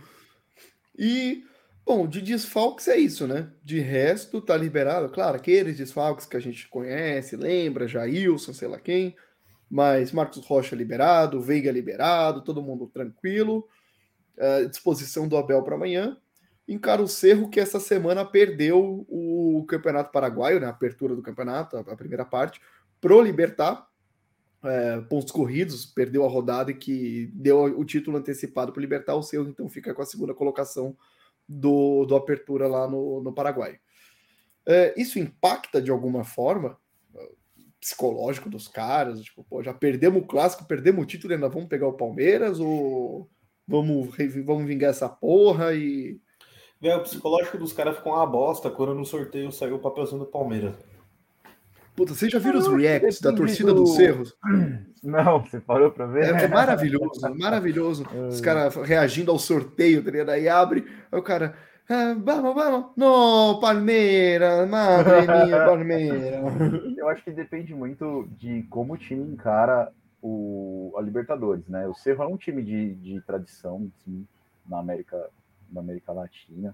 E, bom, de desfalques é isso, né? De resto, tá liberado. Claro, aqueles desfalques que a gente conhece, lembra, Jailson, sei lá quem. Mas Marcos Rocha liberado, Veiga liberado, todo mundo tranquilo. Disposição do Abel para amanhã. Encara o Cerro, que essa semana perdeu o Campeonato Paraguaio, né? A apertura do campeonato, a primeira parte, pro Libertad. Pontos corridos, perdeu a rodada e que deu o título antecipado para o Libertad. O Cerro, então, fica com a segunda colocação do apertura lá no Paraguai. Isso impacta de alguma forma psicológico dos caras? Tipo, pô, já perdemos o clássico, perdemos o título, ainda vamos pegar o Palmeiras ou vamos vingar essa porra e... O psicológico dos caras ficou uma bosta quando no sorteio saiu o papelzinho do Palmeiras. Puta, vocês já viram os reacts da torcida do Cerro? Não, você parou pra ver? É maravilhoso, maravilhoso. Os caras reagindo ao sorteio, tá ligado? Aí abre, aí o cara... vamos. No, Palmeiras, madre minha, Palmeiras. Eu acho que depende muito de como o time encara a Libertadores, né? O Cerro é um time de tradição, assim, na América Latina.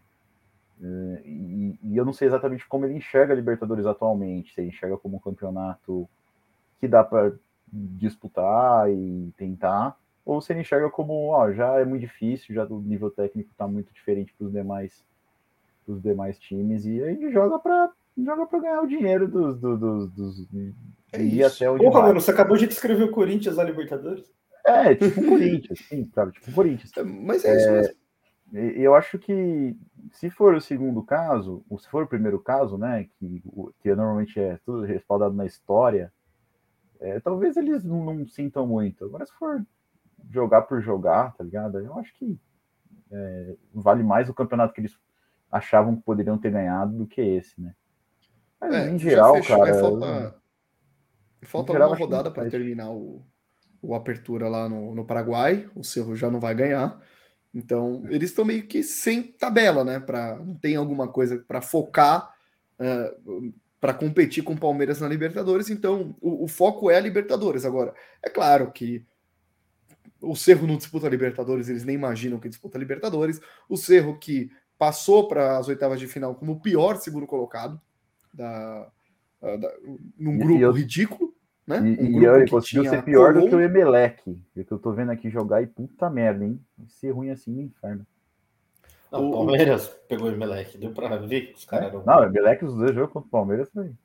E eu não sei exatamente como ele enxerga a Libertadores atualmente, se ele enxerga como um campeonato que dá para disputar e tentar, ou se ele enxerga como, já é muito difícil, já o nível técnico está muito diferente para os demais times, e aí joga para ganhar o dinheiro dos ir até onde vai. Mano, você acabou de descrever o Corinthians na Libertadores? Tipo o Corinthians, sim, cara, tipo o Corinthians. Mas é isso mesmo. Eu acho que se for o segundo caso, ou se for o primeiro caso, né, que normalmente é tudo respaldado na história, talvez eles não sintam muito. Agora, se for jogar por jogar, tá ligado? Eu acho que vale mais o campeonato que eles achavam que poderiam ter ganhado do que esse, né? Mas, em geral, cara... Falta uma rodada para terminar o o Apertura lá no Paraguai, o Cerro já não vai ganhar. Então, eles estão meio que sem tabela, né? Não tem alguma coisa para focar, para competir com o Palmeiras na Libertadores. Então, o foco é a Libertadores. Agora, é claro que o Cerro não disputa a Libertadores, eles nem imaginam que disputa a Libertadores. O Cerro que passou para as oitavas de final como o pior segundo colocado num grupo ridículo, né? Um grupo ele que conseguiu tinha ser pior Colom, do que o Emelec, que eu tô vendo aqui jogar e puta merda, hein? Vai ser ruim assim no inferno. Não, o Palmeiras pegou o Emelec, deu pra ver que os caras eram... Não, o Emelec, os dois jogos contra o Palmeiras foi.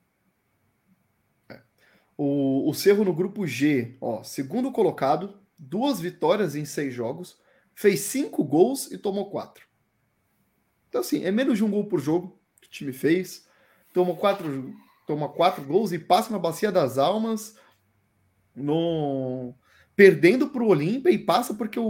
O Cerro no grupo G, ó, segundo colocado, 2 vitórias em 6 jogos, fez 5 gols e tomou 4. Então, assim, é menos de um gol por jogo que o time fez. Toma 4 gols e passa na Bacia das Almas, perdendo para o Olímpia e passa porque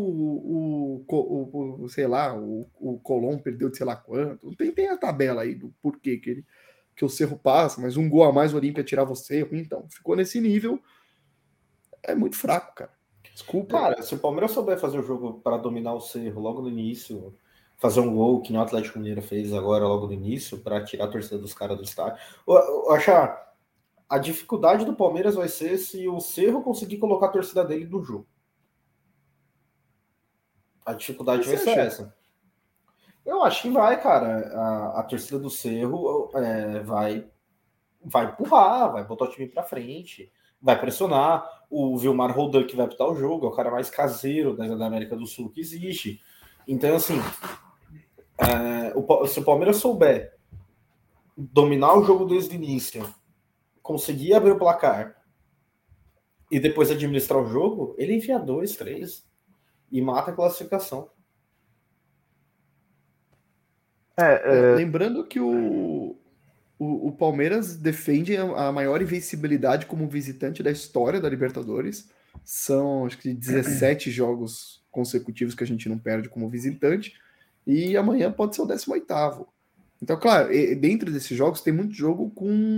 sei lá, o Colón perdeu de sei lá quanto. Tem a tabela aí do porquê que o Cerro passa, mas um gol a mais o Olímpia tirava o Cerro. Então, ficou nesse nível. É muito fraco, cara. Desculpa. Cara, se o Palmeiras souber fazer o jogo para dominar o Cerro logo no início, fazer um gol que nem o Atlético Mineiro fez agora logo no início, para tirar a torcida dos caras do estádio. Eu achar a dificuldade do Palmeiras vai ser se o Cerro conseguir colocar a torcida dele no jogo. A dificuldade vai ser essa. Eu acho que vai, cara. A torcida do Cerro vai empurrar, vai botar o time para frente, vai pressionar. O Vilmar Roldan, que vai apitar o jogo, é o cara mais caseiro da América do Sul que existe. Então, assim, se o Palmeiras souber dominar o jogo desde o início, conseguir abrir o placar e depois administrar o jogo, ele enfia 2, 3 e mata a classificação. Lembrando que o Palmeiras defende a maior invencibilidade como visitante da história da Libertadores. São, acho que, 17 jogos consecutivos que a gente não perde como visitante. E amanhã pode ser o 18º. Então, claro, dentro desses jogos tem muito jogo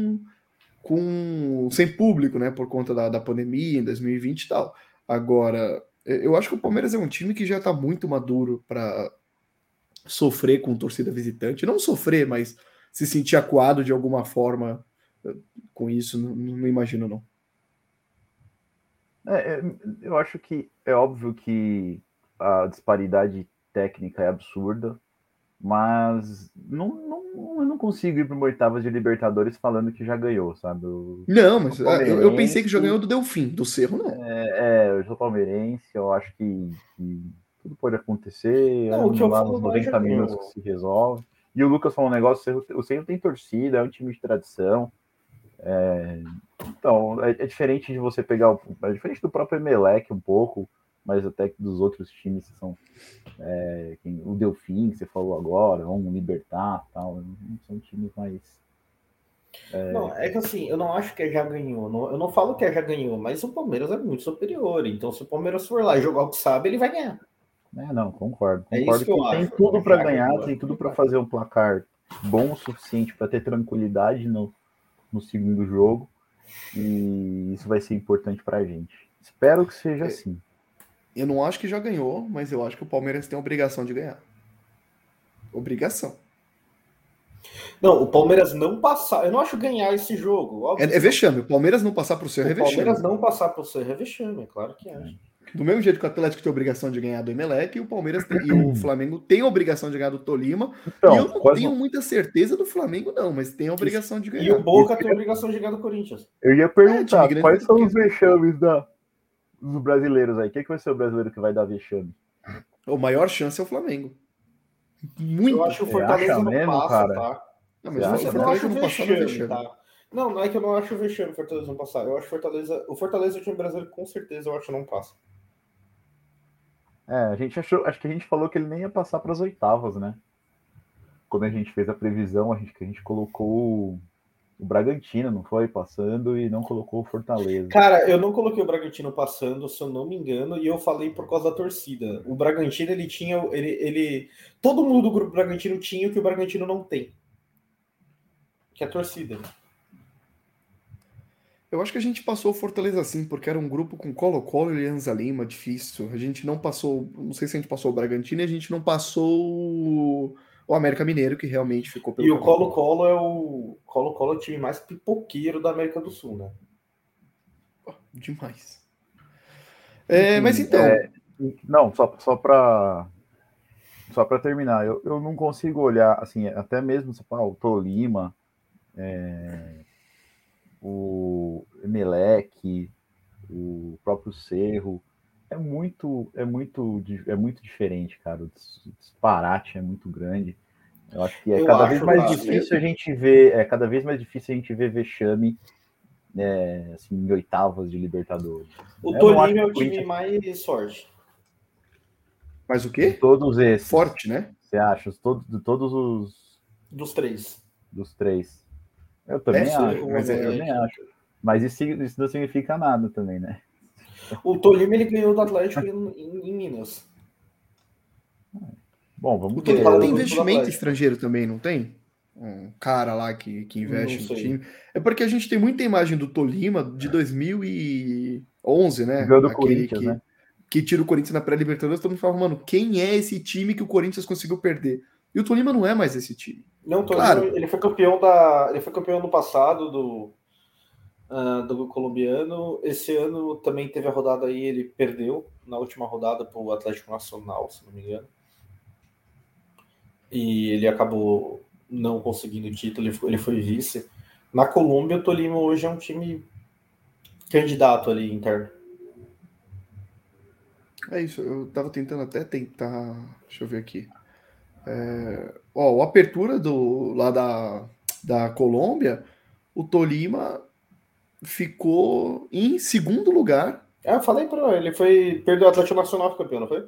sem público, né? Por conta da pandemia em 2020 e tal. Agora, eu acho que o Palmeiras é um time que já está muito maduro para sofrer com torcida visitante. Não sofrer, mas se sentir acuado de alguma forma com isso, não imagino, não. Eu acho que é óbvio que a disparidade técnica é absurda, mas eu não consigo ir para uma oitavas de Libertadores falando que já ganhou, sabe? Não, mas eu pensei que já ganhou do Delfim, do Cerro não. Eu sou palmeirense, eu acho que tudo pode acontecer, não, o que eu lá falo nos 90 minutos que se resolve. E o Lucas falou um negócio, o Cerro tem torcida, é um time de tradição. Então, é diferente de você pegar. É diferente do próprio Emelec um pouco, mas até que dos outros times que são. O Delfim, que você falou agora, o Libertad tal. São times mais. Não, é que assim, eu não acho que já ganhou. Eu não falo que já ganhou, mas o Palmeiras é muito superior. Então, se o Palmeiras for lá e jogar o que sabe, ele vai ganhar. Não, concordo. É isso que eu tem acho. tudo para ganhar, tem tudo para fazer um placar bom o suficiente para ter tranquilidade no segundo jogo. E isso vai ser importante para a gente. Espero que seja assim. Eu não acho que já ganhou, mas eu acho que o Palmeiras tem a obrigação de ganhar. Obrigação. Não, o Palmeiras não passar. Eu não acho ganhar esse jogo. É vexame. O Palmeiras não passar para o Cerro é vexame. O Palmeiras não passar para o Cerro é vexame, claro que é. Do mesmo jeito que o Atlético tem a obrigação de ganhar do Emelec, e o Palmeiras e o Flamengo tem a obrigação de ganhar do Tolima. Então, e eu não tenho muita certeza do Flamengo, não, mas tem a obrigação de ganhar. E o Boca tem a obrigação de ganhar do Corinthians. Eu ia perguntar, quais são os vexames dos brasileiros aí? Quem que vai ser o brasileiro que vai dar vexame? A maior chance é o Flamengo. Muito. Eu acho que o Fortaleza não mesmo, passa, cara? Tá? Não, mas eu não acho vexame, tá? Não é que eu não acho o vexame o Fortaleza não passar. Eu acho o Fortaleza é o time brasileiro, com certeza, eu acho que não passa. Acho que a gente falou que ele nem ia passar para as oitavas, né? Quando a gente fez a previsão, a gente colocou o Bragantino, não foi? Passando e não colocou o Fortaleza. Cara, eu não coloquei o Bragantino passando, se eu não me engano, e eu falei por causa da torcida. O Bragantino, ele tinha. Todo mundo do grupo Bragantino tinha o que o Bragantino não tem. Que é a torcida. Eu acho que a gente passou o Fortaleza sim, porque era um grupo com Colo-Colo e Alianza Lima, difícil. A gente não passou, não sei se a gente passou o Bragantino e a gente não passou o América Mineiro, que realmente ficou pelo E o caminho. Colo-Colo é o time mais pipoqueiro da América do Sul, né? Demais. Enfim, Mas então, não, só para terminar, eu não consigo olhar, assim, até mesmo o Tolima, o Emelec, o próprio Cerro, é muito diferente, cara. O disparate é muito grande. Eu acho que é Eu cada vez acho, mais cara. difícil a gente ver, vexame, assim, em oitavas de Libertadores. O Eu não acho Tolima que é o o time Corinthians, mais forte. mas o de quê? todos esses, Forte, né? você acha, de todos os Dos três. dos três? Eu É, também acho, Cerro, o mas eu é, também Emelec. acho. Mas isso não significa nada também, né? O Tolima ele ganhou do Atlético em Minas. Bom, o vamos Ele ver. Tolima tava tem no grupo do investimento Atlético. estrangeiro também, não tem? Um cara lá que Não investe no sei. time. É porque a gente tem muita imagem do Tolima de 2011, né? Ganhou do Aquele Corinthians, que, né? que tira o Corinthians na pré-Libertadores. Todo mundo fala, mano, quem é esse time que o Corinthians conseguiu perder? E o Tolima não é mais esse time. Não, o Tolima, Claro, ele foi campeão no passado do colombiano. Esse ano também teve a rodada aí, ele perdeu na última rodada para o Atlético Nacional, se não me engano. E ele acabou não conseguindo o título, ele foi vice. Na Colômbia, o Tolima hoje é um time candidato ali interno. é isso. Eu tava tentando até tentar. Deixa eu ver aqui. O apertura lá da Colômbia, o Tolima ficou em segundo lugar. Eu falei para ele, perdeu o Atlético Nacional campeão, não foi?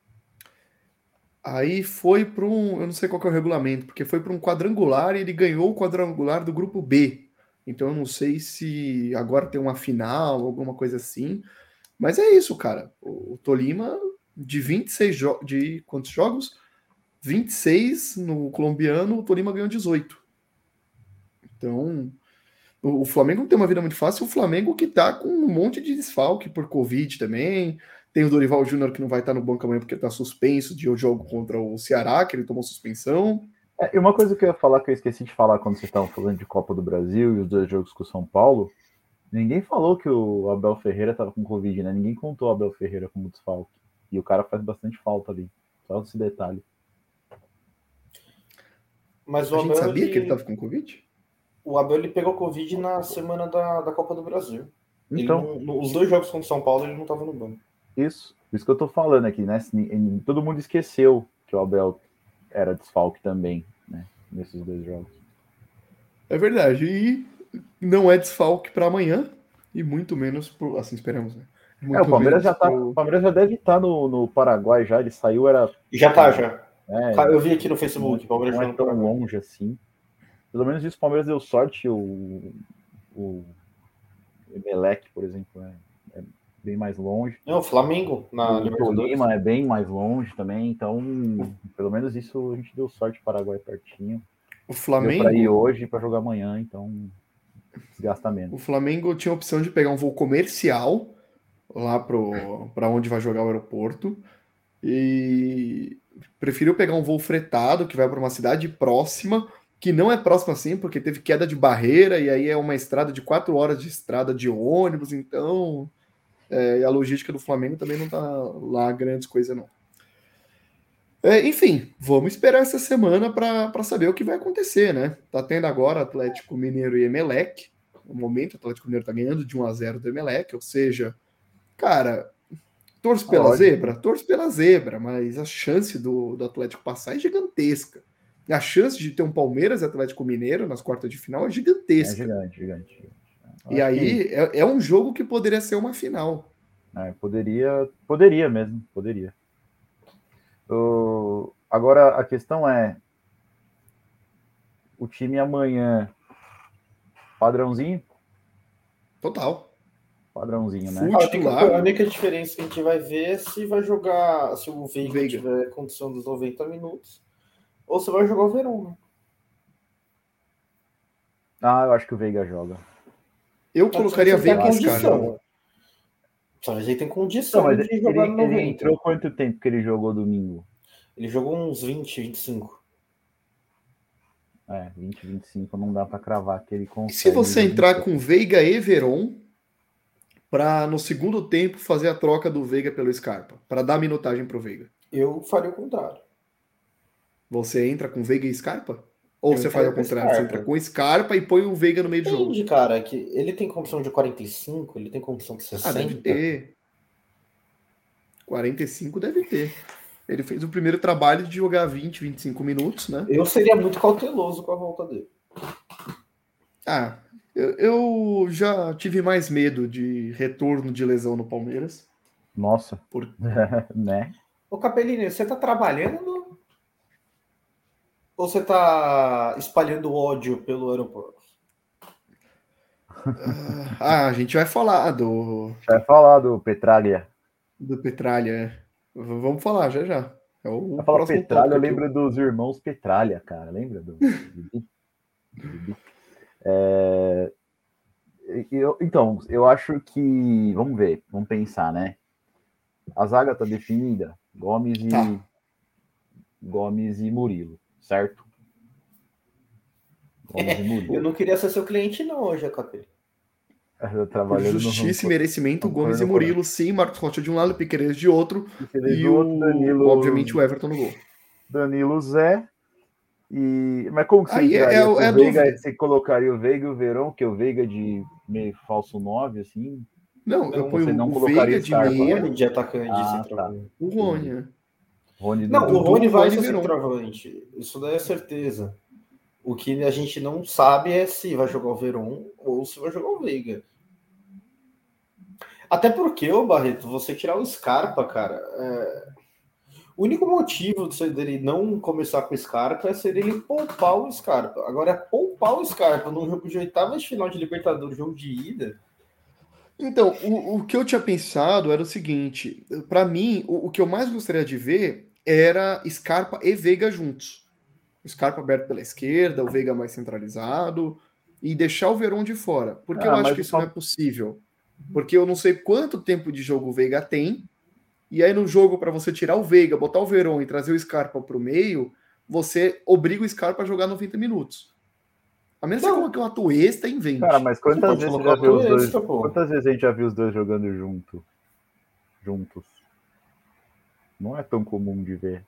Aí foi para um, eu não sei qual que é o regulamento, porque foi para um quadrangular e ele ganhou o quadrangular do grupo B. Então eu não sei se agora tem uma final, alguma coisa assim. Mas é isso, cara. O Tolima, de 26 jogos. De quantos jogos? 26 no colombiano, o Tolima ganhou 18. Então, o Flamengo não tem uma vida muito fácil. O Flamengo que tá com um monte de desfalque por Covid também. Tem o Dorival Júnior que não vai estar no banco amanhã porque tá suspenso de um jogo contra o Ceará, que ele tomou suspensão. E uma coisa que eu ia falar que eu esqueci de falar quando vocês estavam falando de Copa do Brasil e os 2 jogos com o São Paulo, ninguém falou que o Abel Ferreira estava com Covid, né? Ninguém contou o Abel Ferreira como desfalque. E o cara faz bastante falta ali. Só esse detalhe. Mas A gente sabia que ele tava com Covid? o Abel ele pegou Covid na semana da Copa do Brasil. Então, Os 2 jogos contra o São Paulo ele não estava no banco. isso que eu tô falando aqui, né? Todo mundo esqueceu que o Abel era desfalque também, né? Nesses 2 jogos. É verdade. E não é desfalque para amanhã, e muito menos pro. Assim esperamos, né? O Muito Palmeiras menos já tá. O pro. Palmeiras já deve estar no Paraguai já. Ele saiu, era. Já tá, já. É, Eu vi aqui no Facebook, Palmeiras não é jogando tão Paraguai. longe assim. Pelo menos isso, o Palmeiras deu sorte. O Emelec, por exemplo, é bem mais longe. Não, o Flamengo na O Libertadores. Tolima é bem mais longe também. Então, pelo menos isso a gente deu sorte. Paraguai pertinho. O Deu para ir Flamengo. hoje para jogar amanhã, então desgasta menos. O Flamengo tinha a opção de pegar um voo comercial lá para onde vai jogar o aeroporto. E preferiu pegar um voo fretado que vai para uma cidade próxima, que não é próxima assim, porque teve queda de barreira, e aí é uma estrada de 4 horas de estrada de ônibus, então a logística do Flamengo também não tá lá grandes coisas, não. Enfim, vamos esperar essa semana para saber o que vai acontecer, né? Tá tendo agora Atlético Mineiro e Emelec. No momento, o Atlético Mineiro tá ganhando de 1-0 do Emelec, ou seja, cara, torço pela zebra? Torço pela zebra, mas a chance do Atlético passar é gigantesca. A chance de ter um Palmeiras e Atlético Mineiro nas quartas de final é gigantesca. É gigante. E aí é um jogo que poderia ser uma final. Poderia mesmo. Agora a questão é: o time amanhã, padrãozinho? Total. Padrãozinho, né? Full titular. A única diferença que a gente vai ver é se vai jogar, se o Veiga Veiga tiver condição dos 90 minutos, ou se vai jogar o Verón, né? Eu acho que o Veiga joga. Eu colocaria Veiga e Scarpa. Só a gente tem condição de jogar no 90. Ele entrou quanto tempo que ele jogou domingo? Ele jogou uns 20, 25. 20, 25 não dá para cravar que ele consegue. E se você entrar com Veiga e Veron, para no segundo tempo fazer a troca do Veiga pelo Scarpa, para dar minutagem pro Veiga? Eu faria o contrário. Você entra com Veiga e Scarpa? Ou você faz ao contrário? Você entra com Scarpa e põe o Veiga no meio do jogo? Entendi, cara, que ele tem condição de 45, ele tem condição de 60. Deve ter. 45 deve ter. Ele fez o primeiro trabalho de jogar 20, 25 minutos, né? Eu seria muito cauteloso com a volta dele. Eu já tive mais medo de retorno de lesão no Palmeiras. Nossa. Né? Ô, Capellini, você tá trabalhando ou você tá espalhando ódio pelo aeroporto? A gente vai falar do... Vai falar do Petralha. Do Petralha, Vamos falar já. É o próximo Petralha, eu lembro dos irmãos Petralha, cara. Lembra do Então, eu acho que... Vamos ver, vamos pensar, né? A zaga tá definida. Gomes e Murilo, certo? Gomes e Murilo. Eu não queria ser seu cliente não hoje, Capelli. Por justiça e merecimento, Gomes e Murilo, sim, Marcos Rocha de um lado, Piquerez de outro, e Danilo, obviamente o Everton no gol. Danilo, Zé, mas como que você entraria com o Veiga? Você colocaria o Veiga e o Verón, que é o Veiga de meio falso 9, assim? Não, eu ponho o Veiga de meia. De atacante, o Rony, né? O Rony vai ser centroavante, isso daí é certeza. O que a gente não sabe é se vai jogar o Verón ou se vai jogar o Veiga. Até porque, Barreto, você tirar o Scarpa, cara, o único motivo dele não começar com o Scarpa é ser ele poupar o Scarpa. Agora, poupar o Scarpa num jogo de oitavas de final de Libertadores, jogo de ida... Então, o que eu tinha pensado era o seguinte, para mim, o que eu mais gostaria de ver era Scarpa e Veiga juntos. O Scarpa aberto pela esquerda, o Veiga mais centralizado, e deixar o Verón de fora. Porque eu acho que isso não é possível. Porque eu não sei quanto tempo de jogo o Veiga tem, e aí no jogo, para você tirar o Veiga, botar o Verón e trazer o Scarpa para o meio, você obriga o Scarpa a jogar 90 minutos. A menos que você coloque uma Atuesta e invente. Cara, mas quantas vezes a gente já viu os dois jogando juntos? Não é tão comum de ver.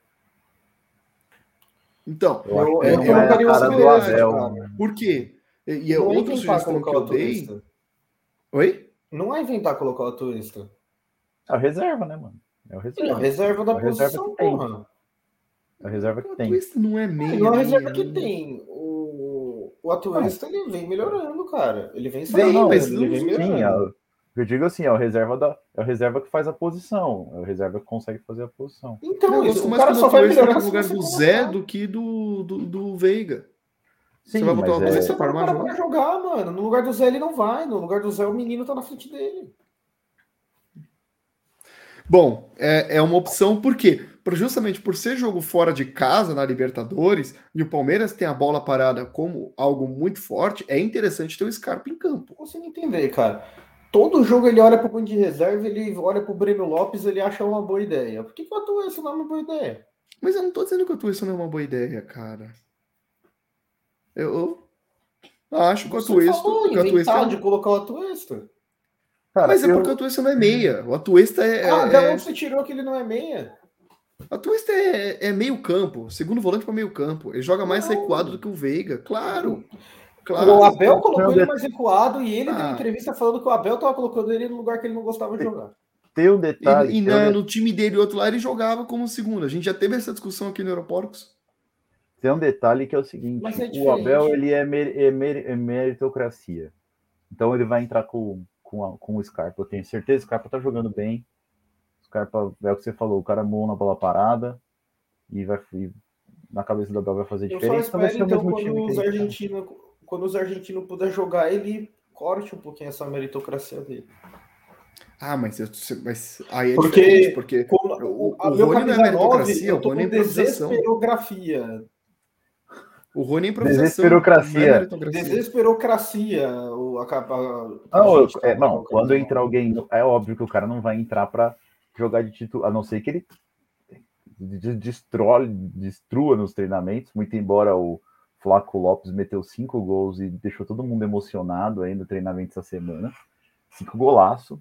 Então, eu colocaria o Abel. Por quê? E é outra sugestão que eu dei. Oi? Não é inventar colocar o Atuesta. É a reserva, né, mano? É a reserva da posição, porra. É a reserva que tem. O Atuesta não é meio. Não é a reserva que tem. O Atuesta, ele vem melhorando, cara. Ele vem melhorando. Sim, eu digo assim, é o reserva que faz a posição. É o reserva que consegue fazer a posição. Então, o cara só vai melhorar no lugar do Zé do que do Veiga. Sim, você vai botar o Atuesta para armar pra jogar, mano. No lugar do Zé ele não vai. No lugar do Zé o menino tá na frente dele. Bom, é uma opção, por quê? Justamente por ser jogo fora de casa na Libertadores e o Palmeiras tem a bola parada como algo muito forte, é interessante ter o Scarpa em campo. Não consigo entender, cara. Todo jogo ele olha para o banco de reserva, ele olha para o Breno Lopes, ele acha uma boa ideia. Por que o Atuesta não é uma boa ideia? Mas eu não tô dizendo que o Atuesta não é uma boa ideia, cara. Eu acho que o Atuesta... de colocar o Atuesta. Cara, mas porque o Atuesta não é meia. O Atuesta da onde você tirou que ele não é meia? O Atuesta é meio campo, segundo volante para meio campo. Ele joga mais recuado do que o Veiga, claro. O Abel colocou ele mais recuado e ele deu entrevista falando que o Abel estava colocando ele no lugar que ele não gostava de jogar. Tem um detalhe. No time dele e outro lá ele jogava como segundo. A gente já teve essa discussão aqui no Aeroportos. Tem um detalhe que é o seguinte: o Abel ele é meritocracia. Então ele vai entrar com o Scarpa. Eu tenho certeza que o Scarpa tá jogando bem. O Scarpa, é o que você falou, o cara bom na bola parada e na cabeça do Abel vai fazer diferença. Eu só espero, então, quando os argentinos puder jogar, ele corte um pouquinho essa meritocracia dele. Mas aí é diferente, porque o Rony não é meritocracia, o Rony é desesperografia. O Rony é improvisação. Desesperocracia. Desesperocracia. Não, quando entra alguém, é óbvio que o cara não vai entrar para jogar de título, a não ser que ele destrua nos treinamentos, muito embora o Flaco Lopes meteu 5 gols e deixou todo mundo emocionado aí no treinamento essa semana. 5 golaço.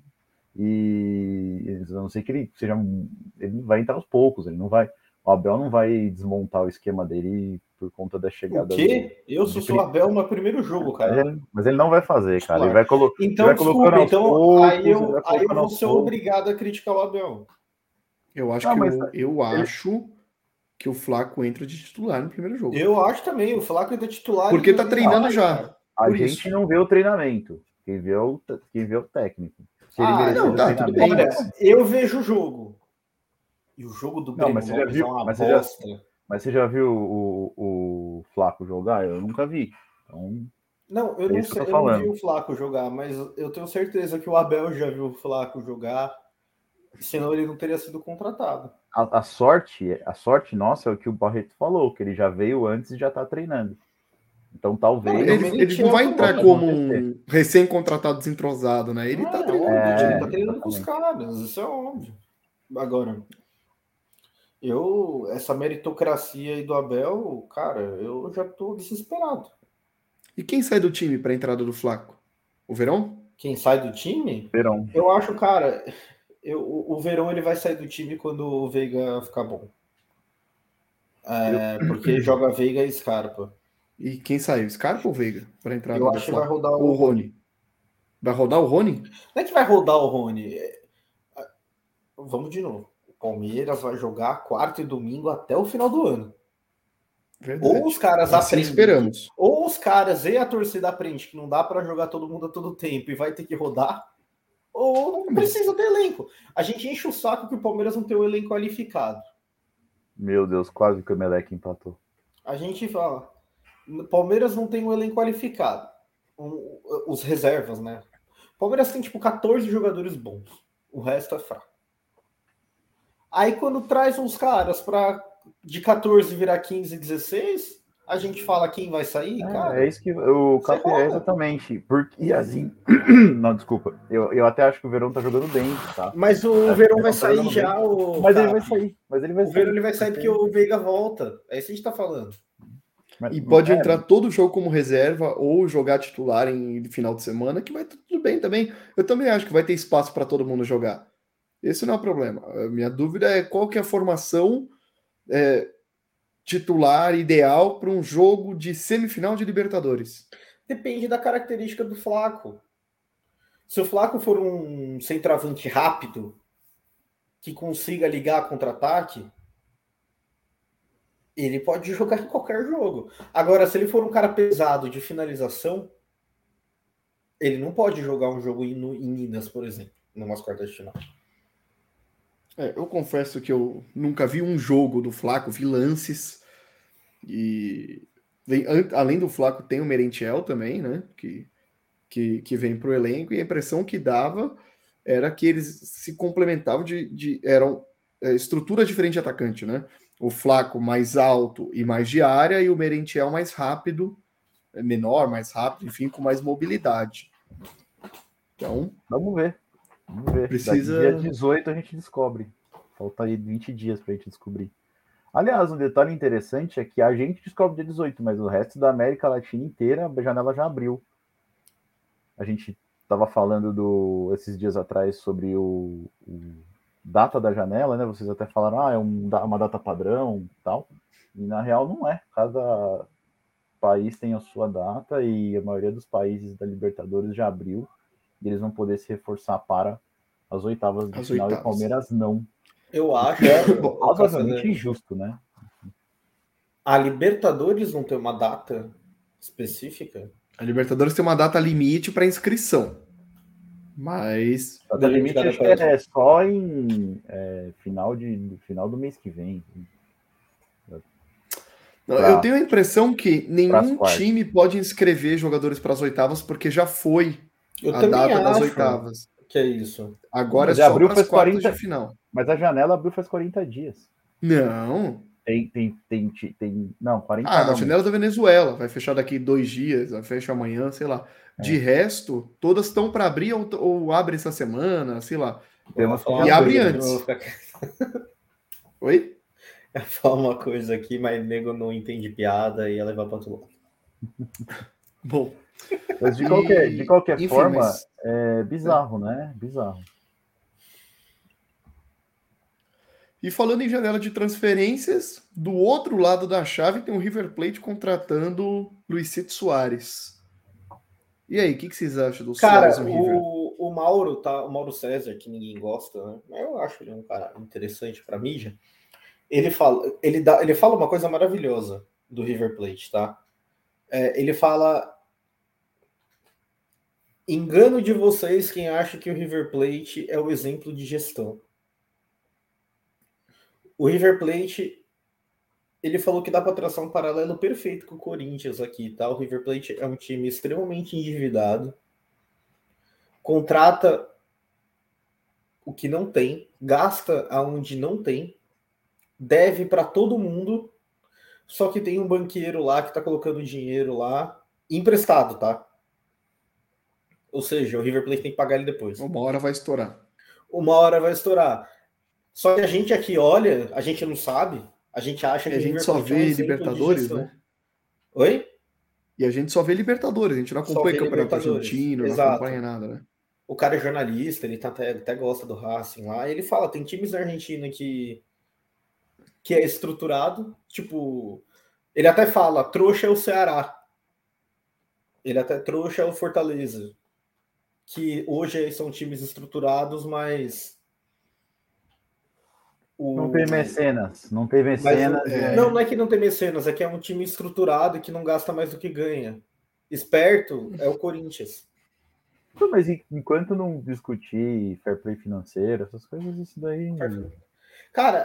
E a não ser que ele seja. Ele vai entrar aos poucos, ele não vai. O Abel não vai desmontar o esquema dele por conta da chegada. O quê? Eu sou o Abel no primeiro jogo, cara. Mas ele não vai fazer, cara. Ele vai então, vai desculpa, poucos, aí eu vou ser obrigado a criticar o Abel. Eu acho acho que o Flaco entra de titular no primeiro jogo. Eu acho também, o Flaco entra titular. Porque tá treinando já. A gente não vê o treinamento. Quem vê o técnico. Se ele não, tá, tudo bem. Eu vejo o jogo. E o jogo do Breno Lopes é uma bosta. Mas você já viu o Flaco jogar? Eu nunca vi. Então, não, eu não sei, eu não vi o Flaco jogar, mas eu tenho certeza que o Abel já viu o Flaco jogar, senão ele não teria sido contratado. A sorte nossa é o que o Barreto falou, que ele já veio antes e já tá treinando. Então talvez... Ele não vai entrar como um recém-contratado desentrosado, né? Ele tá treinando. Ele tá treinando com os caras, isso é óbvio. Agora, essa meritocracia aí do Abel, cara, eu já tô desesperado. E quem sai do time para a entrada do Flaco? O Verón? Quem sai do time? Verón. Eu acho, cara, o Verón ele vai sair do time quando o Veiga ficar bom. Porque joga Veiga e Scarpa. E quem saiu? Scarpa ou Veiga? Para entrar eu acho que vai rodar o Rony. Vai rodar o Rony? Não é que vai rodar o Rony. Vamos de novo. O Palmeiras vai jogar quarta e domingo até o final do ano. Verdade. Ou os caras aprendem. Esperamos. Ou os caras e a torcida aprende que não dá para jogar todo mundo a todo tempo e vai ter que rodar. Ou não precisa ter elenco. A gente enche o saco que o Palmeiras não tem o elenco qualificado. Meu Deus, quase que o Emelec empatou. A gente fala, o Palmeiras não tem um elenco qualificado. Os reservas, né? O Palmeiras tem, 14 jogadores bons. O resto é fraco. Aí, quando traz uns caras de 14 virar 15, 16, a gente fala quem vai sair, cara. É isso que o Cap é exatamente. Porque assim. Não, desculpa. Eu até acho que o Verón tá jogando bem, tá? Mas o Verón vai sair já. Mas ele vai sair. O Verón ele vai sair porque o Veiga volta. É isso que a gente tá falando. E pode entrar todo jogo como reserva ou jogar titular em final de semana, que vai tudo bem também. Eu também acho que vai ter espaço para todo mundo jogar. Esse não é o problema. A minha dúvida é qual que é a formação titular ideal para um jogo de semifinal de Libertadores. Depende da característica do Flaco. Se o Flaco for um centroavante rápido, que consiga ligar contra-ataque, ele pode jogar em qualquer jogo. Agora, se ele for um cara pesado de finalização, ele não pode jogar um jogo em Minas, por exemplo, numas quartas de final. Eu confesso que eu nunca vi um jogo do Flaco, vi lances. E além do Flaco, tem o Merentiel também, né? Que vem para o elenco, e a impressão que dava era que eles se complementavam eram estrutura diferente de atacante, né? O Flaco mais alto e mais de área, e o Merentiel mais rápido, menor, mais rápido, enfim, com mais mobilidade. Então, vamos ver. Precisa... Dia 18 a gente descobre. Falta aí 20 dias para a gente descobrir. Aliás, um detalhe interessante é que a gente descobre dia 18, mas o resto da América Latina inteira, a janela já abriu. A gente estava falando esses dias atrás sobre o data da janela, né? Vocês até falaram, é uma data padrão e tal. E na real não é. Cada país tem a sua data e a maioria dos países da Libertadores já abriu. E eles vão poder se reforçar para as oitavas de final e o Palmeiras não. Eu acho obviamente injusto, né? A Libertadores não tem uma data específica? A Libertadores tem uma data limite para inscrição. Mas... A data limite acho que é só em final do mês que vem. Eu tenho a impressão que nenhum time pode inscrever jogadores para as oitavas, porque já foi a data das oitavas. Que é isso. Agora já é só abriu para as quartas de final. Mas a janela abriu faz 40 dias. Não. Não, 40 a janela da Venezuela vai fechar daqui 2 dias, vai fechar amanhã, sei lá. De resto, todas estão para abrir ou abre essa semana, sei lá. E abre antes. Oi? Eu falo uma coisa aqui, mas nego não entende piada e ia levar para outro lado. Bom. Mas de qualquer forma, é bizarro, né? Bizarro. E falando em janela de transferências, do outro lado da chave tem o River Plate contratando Luisito Soares. E aí, o que vocês acham do Soares no River? O Mauro, tá? O Mauro César, que ninguém gosta, né? Eu acho ele um cara interessante para mídia. Ele fala uma coisa maravilhosa do River Plate, tá? Ele fala: engano de vocês quem acha que o River Plate é o exemplo de gestão. O River Plate, ele falou que dá para traçar um paralelo perfeito com o Corinthians aqui, tá? O River Plate é um time extremamente endividado, contrata o que não tem, gasta aonde não tem, deve para todo mundo, só que tem um banqueiro lá que tá colocando dinheiro lá emprestado, tá? Ou seja, o River Plate tem que pagar ele depois. Uma hora vai estourar. Só que a gente aqui olha, a gente não sabe, a gente acha que a gente só vê Libertadores, né? Oi? E a gente só vê Libertadores, a gente não acompanha Campeonato Argentino, não acompanha nada, né? O cara é jornalista, ele até gosta do Racing lá, e ele fala, tem times na Argentina que é estruturado, tipo, ele até fala, trouxa é o Ceará, trouxa é o Fortaleza, que hoje são times estruturados, mas não tem mecenas. Não tem mecenas. Não é que não tem mecenas, é que é um time estruturado e que não gasta mais do que ganha. Esperto é o Corinthians. Mas enquanto não discutir fair play financeiro, essas coisas, isso daí... Cara,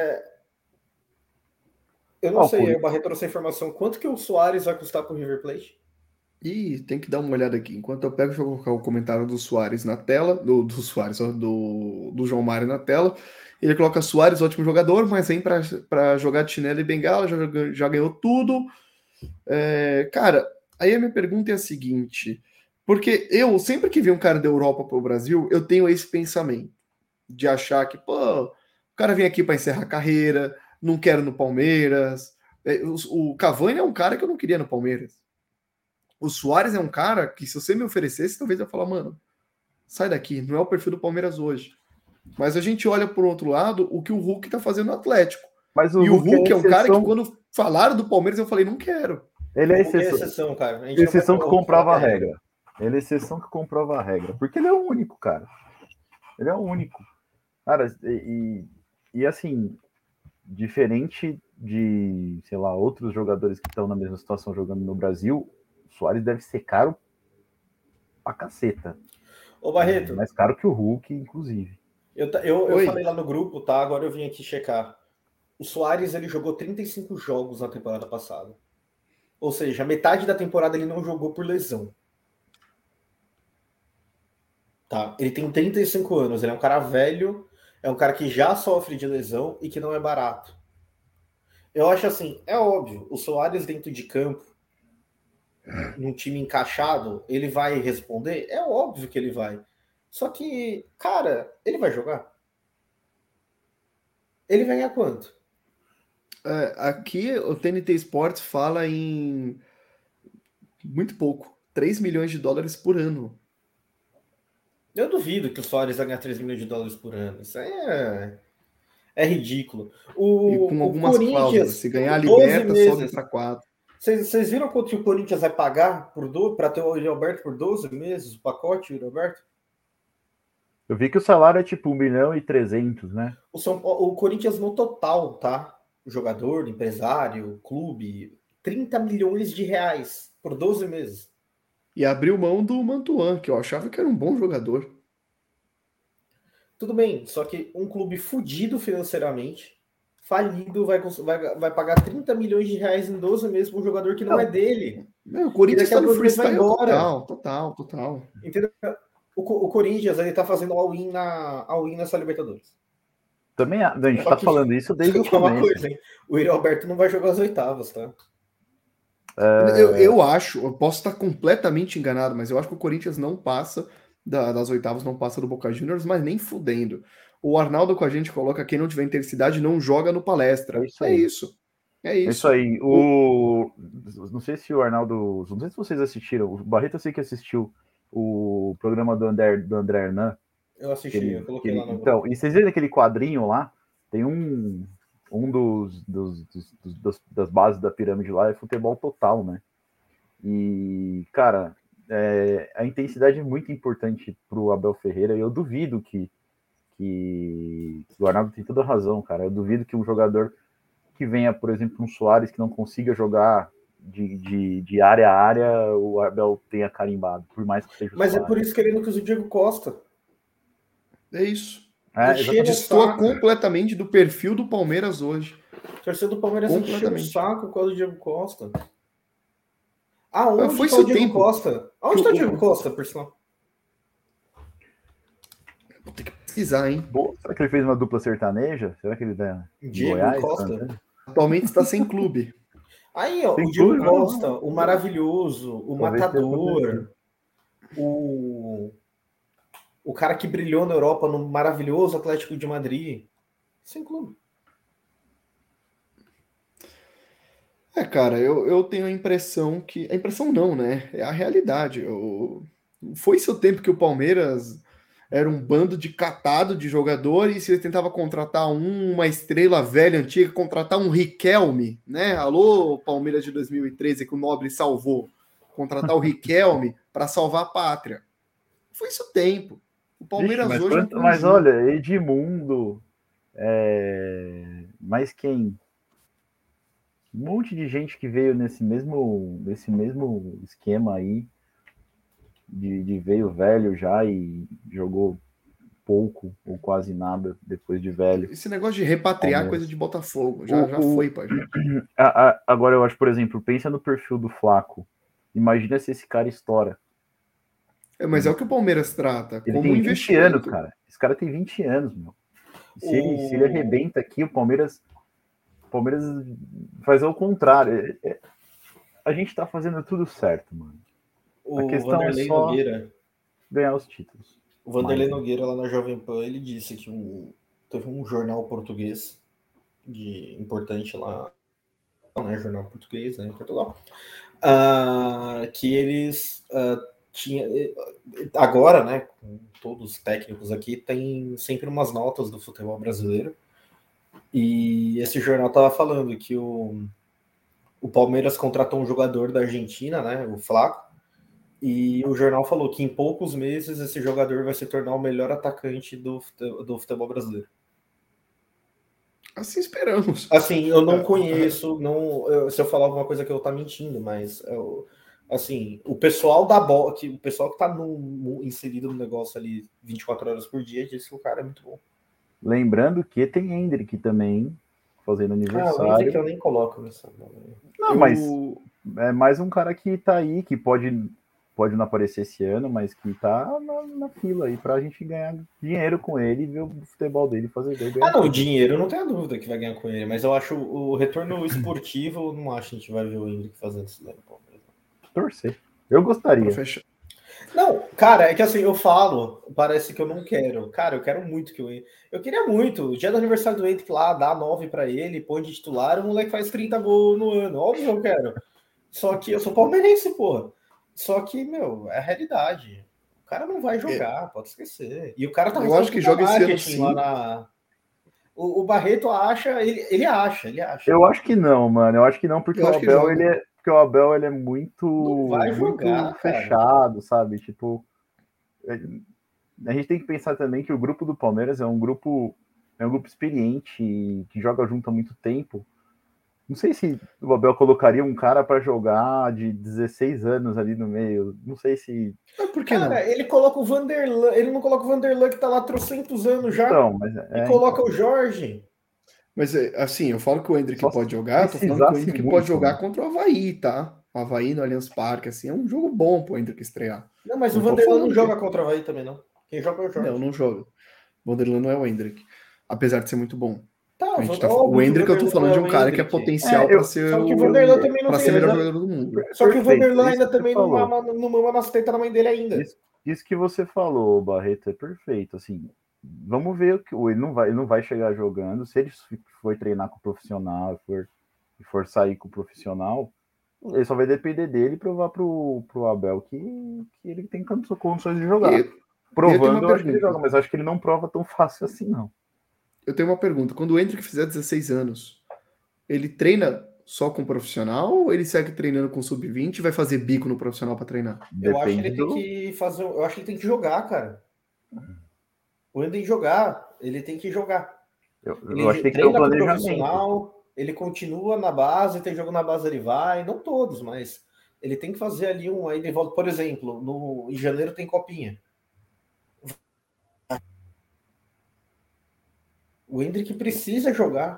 eu não sei, o Barreto trouxe a informação. Quanto que o Soares vai custar pro River Plate? Ih, tem que dar uma olhada aqui. Enquanto eu pego, deixa eu colocar o comentário do Soares na tela, do João Mário na tela. Ele coloca Soares, ótimo jogador, mas vem para jogar de chinelo e bengala, já ganhou tudo. Cara, aí a minha pergunta é a seguinte, porque eu, sempre que vi um cara da Europa para o Brasil, eu tenho esse pensamento de achar que, pô, o cara vem aqui para encerrar a carreira, não quero no Palmeiras. O Cavani é um cara que eu não queria no Palmeiras. O Soares é um cara que, se você me oferecesse, talvez eu ia falar, mano, sai daqui, não é o perfil do Palmeiras hoje. Mas a gente olha por outro lado o que o Hulk tá fazendo no Atlético. Mas o Hulk é um cara que, quando falaram do Palmeiras, eu falei, não quero. Ele é exceção, cara. Exceção que comprova a regra. Ele é exceção que comprova a regra. Porque ele é o único, cara. Ele é o único. Cara, e assim, diferente de, sei lá, outros jogadores que estão na mesma situação jogando no Brasil, o Soares deve ser caro pra caceta. Ô, Barreto. Mais caro que o Hulk, inclusive. Eu falei lá no grupo, tá? Agora eu vim aqui checar. O Soares, ele jogou 35 jogos na temporada passada. Ou seja, metade da temporada ele não jogou por lesão. Tá? Ele tem 35 anos, ele é um cara velho, é um cara que já sofre de lesão e que não é barato. Eu acho assim, é óbvio, o Soares dentro de campo, num time encaixado, ele vai responder? É óbvio que ele vai. Só que, cara, ele vai jogar? Ele vai ganhar quanto? Aqui o TNT Sports fala em muito pouco, 3 milhões de dólares por ano. Eu duvido que o Soares vai ganhar 3 milhões de dólares por ano. Isso aí é ridículo. E com algumas cláusulas, se ganhar a Liberta, sobe para 4. Vocês viram quanto que o Corinthians vai pagar para ter o Yuri Alberto por 12 meses, o pacote Yuri Alberto? Eu vi que o salário é tipo 1.300.000, né? O Corinthians no total, tá? O jogador, empresário, clube, 30 milhões de reais por 12 meses. E abriu mão do Mantuan, que eu achava que era um bom jogador. Tudo bem, só que um clube fudido financeiramente, falido, vai pagar 30 milhões de reais em 12 meses para um jogador que não é dele. O Corinthians está no freestyle total. Entendeu? O Corinthians, ele tá fazendo all-in nessa Libertadores. Também a gente tá falando isso desde o começo. Uma coisa, hein? O Yuri Alberto não vai jogar as oitavas, tá? Eu acho, eu posso estar completamente enganado, mas eu acho que o Corinthians não passa das oitavas, não passa do Boca Juniors, mas nem fudendo. O Arnaldo com a gente coloca: quem não tiver intensidade não joga no palestra. É isso aí. É isso. É isso aí. Não sei se o Arnaldo. Não sei se vocês assistiram. O Barreto eu sei que assistiu o programa do André Hernan. Eu assisti, eu coloquei lá no Então, e vocês viram aquele quadrinho lá? Tem das bases da pirâmide lá é futebol total, né? E, cara, a intensidade é muito importante pro Abel Ferreira e eu duvido que o Arnaldo tem toda a razão, cara. Eu duvido que um jogador que venha, por exemplo, um Soares que não consiga jogar de área a área, o Abel tenha carimbado, por mais que seja o Mas Soares. é por isso que ele não quis o Diego Costa. É isso. Destoa completamente do perfil do Palmeiras hoje. O torcedor do Palmeiras encheu o saco com o Diego Costa. Aonde foi tá o Diego Costa? Aonde tá o Diego Costa, por sinal? Vou ter que pesquisar, hein? Será que ele fez uma dupla sertaneja? Será que ele tá Diego Goiás, Costa? Atualmente está sem clube. Aí, ó, o Diego Costa, o maravilhoso, o matador, o cara que brilhou na Europa no maravilhoso Atlético de Madrid. Sem clube. Cara, eu tenho a impressão que... A impressão não, né? É a realidade. Foi seu tempo que o Palmeiras era um bando de catado de jogadores, você tentava contratar uma estrela velha, antiga, contratar um Riquelme, né? Alô, Palmeiras de 2013, que o Nobre salvou. Contratar o Riquelme para salvar a pátria. Foi seu tempo. O Palmeiras hoje é um mas olha, Edmundo, mas quem? Um monte de gente que veio nesse mesmo esquema aí, de veio velho já e jogou pouco ou quase nada depois de velho. Esse negócio de repatriar coisa de Botafogo, já foi, pai. Agora eu acho, por exemplo, pensa no perfil do Flaco. Imagina se esse cara estoura. Mas é o que o Palmeiras trata. Ele como tem 20 anos, cara. Esse cara tem 20 anos, meu. Se ele arrebenta aqui, o Palmeiras faz ao contrário. A gente tá fazendo tudo certo, mano. A questão Vanderlei é só Nogueira, ganhar os títulos. O Vanderlei Nogueira, lá na Jovem Pan, ele disse que teve um jornal português importante lá, né, jornal português, né, em Portugal, que eles tinham... Agora, né, com todos os técnicos aqui, tem sempre umas notas do futebol brasileiro, e esse jornal estava falando que o Palmeiras contratou um jogador da Argentina, né, o Flaco, e o jornal falou que em poucos meses esse jogador vai se tornar o melhor atacante do futebol brasileiro. Assim esperamos. Assim, eu não conheço, se eu falar alguma coisa que eu tá mentindo, mas assim, o pessoal da bola, o pessoal que tá inserido no negócio ali 24 horas por dia, disse que o cara é muito bom. Lembrando que tem Hendrick também fazendo aniversário. O Hendrick eu nem coloco nessa. Não, mas é mais um cara que tá aí, que pode não aparecer esse ano, mas que tá na fila aí pra gente ganhar dinheiro com ele e ver o futebol dele fazer gol. Não, o dinheiro não tenho dúvida que vai ganhar com ele, mas eu acho o retorno esportivo, não acho que a gente vai ver o Hendrick fazendo isso daí. Torcer. Eu gostaria. Não, cara, é que assim, eu falo, parece que eu não quero. Cara, eu quero muito que eu queria muito. O dia do aniversário do Hendrick lá, dá 9 pra ele, põe de titular, o moleque faz 30 gols no ano. Óbvio que eu quero. Só que eu sou palmeirense, porra. Só que, meu, é a realidade. O cara não vai jogar, pode esquecer. E o cara tá... Eu acho que joga esse ano sim. O Barreto acha, ele acha. Eu acho que não, mano. Eu acho que não, porque o Abel, ele é muito, não vai jogar, muito fechado, sabe? Tipo, a gente tem que pensar também que o grupo do Palmeiras é um grupo experiente, que joga junto há muito tempo. Não sei se o Abel colocaria um cara para jogar de 16 anos ali no meio. Não sei se... Por que não? Ele coloca o Vanderlan. Ele não coloca o Vanderlan que tá lá há 300 anos já. Então, mas coloca o Jorge. Mas, assim, eu falo que o Hendrick pode jogar, tô falando que o Hendrick pode jogar contra o Avaí, tá? O Avaí no Allianz Parque, assim, é um jogo bom pro Hendrick estrear. Não, mas o Vanderlan não joga contra o Avaí também, não. Quem joga é o Jorge. Não joga. O Vanderlan não é o Hendrick. apesar de ser muito bom. Tá, O Endrick, eu tô falando de um cara que é potencial para ser só que o Vanderlan também não para tem, ser melhor jogador do mundo. Só que o Vanderlan ainda também não mama nas tetas da mãe dele ainda. Isso que você falou, Barreto, é perfeito. Assim, vamos ver ele não vai chegar jogando. Se ele for treinar com o profissional e for sair com o profissional, ele só vai depender dele provar pro Abel que ele tem condições de jogar. Provando, eu acho que ele joga, mas acho que ele não prova tão fácil assim, não. Eu tenho uma pergunta. Quando o Endrick fizer 16 anos, ele treina só com profissional ou ele segue treinando com sub-20 e vai fazer bico no profissional para treinar? Eu acho que ele tem que fazer. Eu acho que ele tem que jogar, cara. O Endrick jogar, ele tem que jogar. Eu acho que tem que ter um planejamento. Profissional, ele continua na base, tem jogo na base, ele vai, não todos, mas ele tem que fazer ali aí de volta. Por exemplo, em janeiro tem copinha. O Endrick precisa jogar.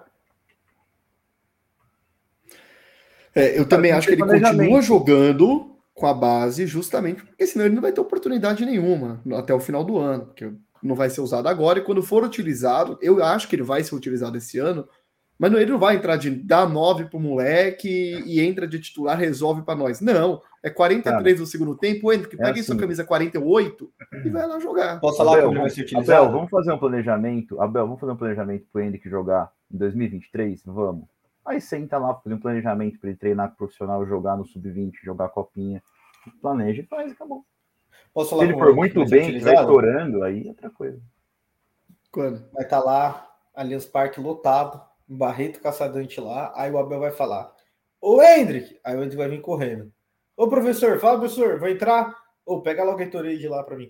Eu também acho que ele continua jogando com a base justamente porque senão ele não vai ter oportunidade nenhuma até o final do ano, porque não vai ser usado agora, e quando for utilizado, eu acho que ele vai ser utilizado esse ano, mas ele não vai entrar de dar 9 pro moleque e entra de titular, resolve para nós. Não, é 43 do segundo tempo, entra, que pega sua camisa 48 e vai lá jogar. Posso falar como ele vai ser utilizado? Abel, vamos fazer um planejamento pro Endrick jogar em 2023? Vamos. Aí senta lá, fazer um planejamento para ele treinar com profissional, jogar no sub-20, jogar copinha. Planeja e faz, acabou. Posso falar se ele for muito bem, estiver estourando, aí é outra coisa. Quando? Vai estar lá, Allianz Parque lotado, Barreto Caçadante lá, aí o Abel vai falar: ô Endrick! Aí o Endrick vai vir correndo. Ô professor, fala professor, vai entrar? Ô, pega logo a Gatorade lá para mim.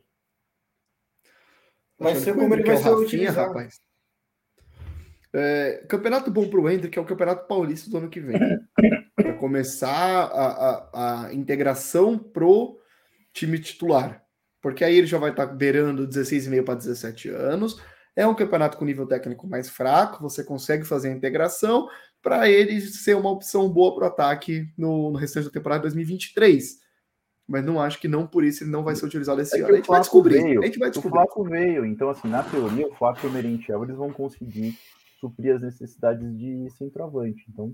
Vai ser como ele vai ser utilizado. Rapaz. Campeonato bom pro Endrick é o Campeonato Paulista do ano que vem. Para começar a integração pro time titular. Porque aí ele já vai estar beirando 16,5 para 17 anos. É um campeonato com nível técnico mais fraco. Você consegue fazer a integração para ele ser uma opção boa para o ataque no restante da temporada 2023. Mas não acho que não por isso ele não vai ser utilizado esse ano. A gente vai descobrir. O Flaco veio. Então, assim, na teoria, o Flaco e o Merentiel, eles vão conseguir suprir as necessidades de centroavante. Então,